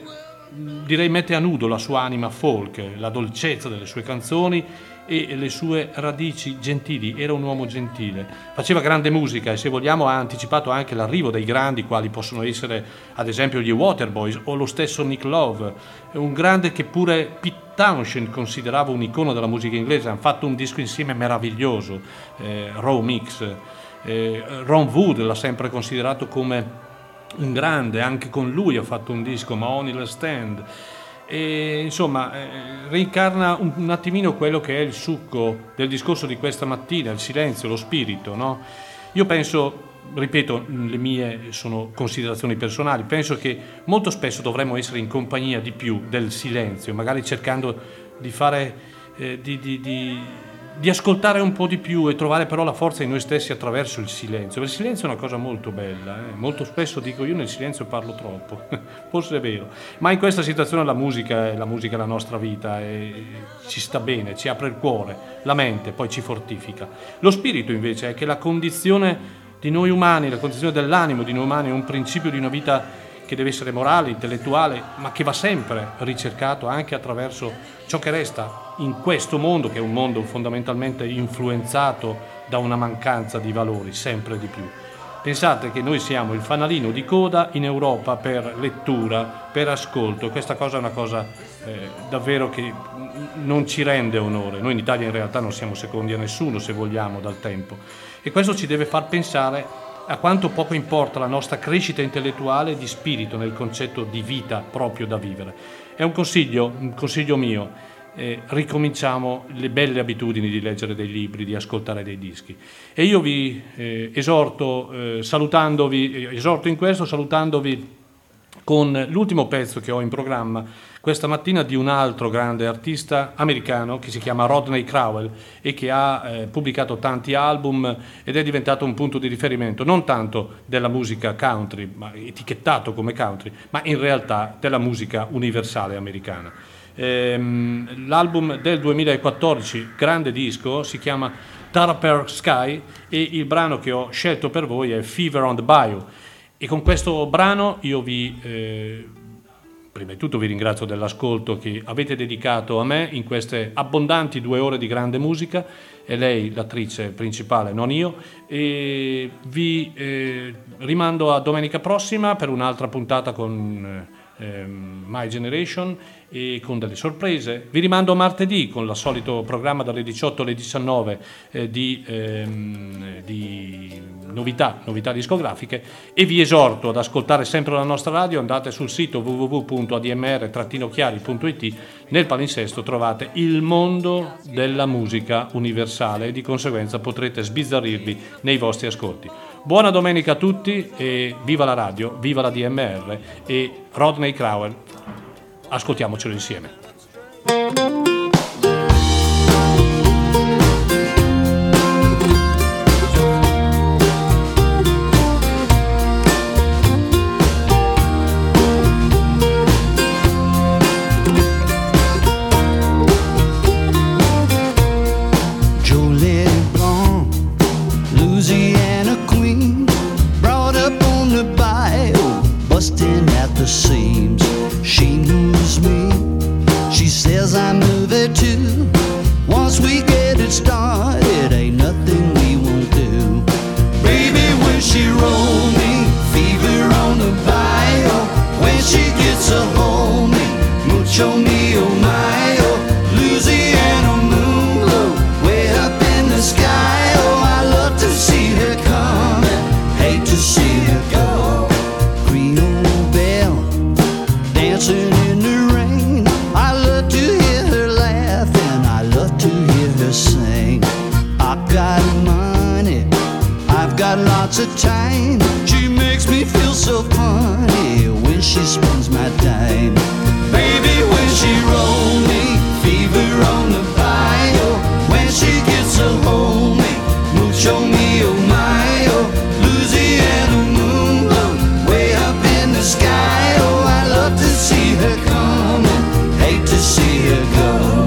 mette a nudo la sua anima folk, la dolcezza delle sue canzoni e le sue radici gentili. Era un uomo gentile, faceva grande musica e, se vogliamo, ha anticipato anche l'arrivo dei grandi, quali possono essere ad esempio gli Waterboys o lo stesso Nick Love, un grande che pure Pete Townshend considerava un'icona della musica inglese. Hanno fatto un disco insieme meraviglioso, Raw Mix. Ron Wood l'ha sempre considerato come un grande, anche con lui ha fatto un disco, Mahoney Last Stand. E insomma reincarna un attimino quello che è il succo del discorso di questa mattina, il silenzio, lo spirito, no? Io penso, ripeto, le mie sono considerazioni personali, penso che molto spesso dovremmo essere in compagnia di più del silenzio, magari cercando di fare di ascoltare un po' di più e trovare però la forza in noi stessi attraverso il silenzio. Il silenzio è una cosa molto bella, molto spesso dico io nel silenzio parlo troppo, forse è vero, ma in questa situazione la musica è la nostra vita e ci sta bene, ci apre il cuore, la mente, poi ci fortifica. Lo spirito invece è che la condizione di noi umani, la condizione dell'animo di noi umani è un principio di una vita che deve essere morale, intellettuale, ma che va sempre ricercato anche attraverso ciò che resta in questo mondo, che è un mondo fondamentalmente influenzato da una mancanza di valori, sempre di più. Pensate che noi siamo il fanalino di coda in Europa per lettura, per ascolto. Questa cosa è una cosa davvero che non ci rende onore. Noi in Italia in realtà non siamo secondi a nessuno, se vogliamo, dal tempo. E questo ci deve far pensare a quanto poco importa la nostra crescita intellettuale e di spirito nel concetto di vita proprio da vivere. È un consiglio mio. Ricominciamo le belle abitudini di leggere dei libri, di ascoltare dei dischi. E io vi esorto in questo salutandovi con l'ultimo pezzo che ho in programma questa mattina di un altro grande artista americano che si chiama Rodney Crowell e che ha pubblicato tanti album ed è diventato un punto di riferimento non tanto della musica country, ma etichettato come country, ma in realtà della musica universale americana. L'album del 2014, grande disco, si chiama Tarper Sky e il brano che ho scelto per voi è Fever on the Bayou. E con questo brano io prima di tutto vi ringrazio dell'ascolto che avete dedicato a me in queste abbondanti 2 ore di grande musica. È lei l'attrice principale, non io, e vi rimando a domenica prossima per un'altra puntata con My Generation e con delle sorprese. Vi rimando a martedì con il solito programma dalle 18 alle 19 di novità discografiche e vi esorto ad ascoltare sempre la nostra radio. Andate sul sito www.admr-chiari.it. Nel palinsesto trovate il mondo della musica universale e di conseguenza potrete sbizzarrirvi nei vostri ascolti. Buona domenica a tutti e viva la radio, viva la DMR e Rodney Crowell. Ascoltiamocelo insieme. Busting at the seams, she moves me. She says I move it too. Once we get it started, ain't nothing we won't do. Baby, when she roll me, fever on the bayou. When she gets a hold me, mucho mio mio. Louisiana moon glow, way up in the sky. Oh, I love to see her coming, hate to see her go. Dancing in the rain, I love to hear her laugh and I love to hear her sing. I've got money, I've got lots of time. She makes me feel so funny when she spends my dime. Baby, when she roll me, fever on the bayou. When she gets a hold me, mucho mio mio. Louisiana moon glow, way up in the sky. Oh, I love to see her coming, hate to see her go.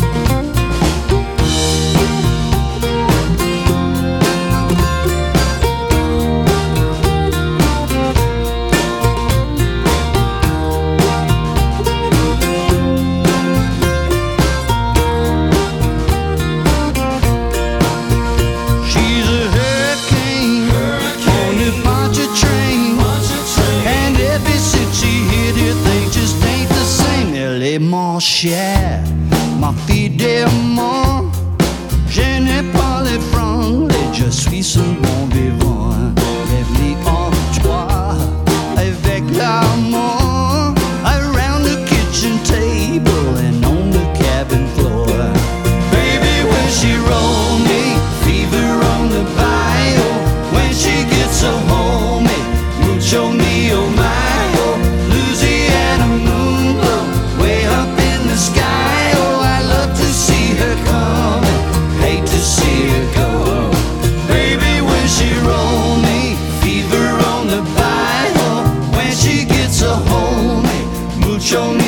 She's a hurricane on the Poncha train, and ever since she hit it, things just ain't the same. Elle est mon cher, ma fidèlement. Je n'ai pas les francs, je suis son bon vivant. Bienvenue en joie avec l'amour, around the kitchen table and on the cabin floor. Baby, when she roll me, fever on the bayou. When she gets a hold me, mucho mio mio. Louisiana moon glow, way up in the sky. Oh, I love to see her coming, hate to see her go. Baby, when she roll me, fever on the bayou. When she gets a hold me, mucho mio.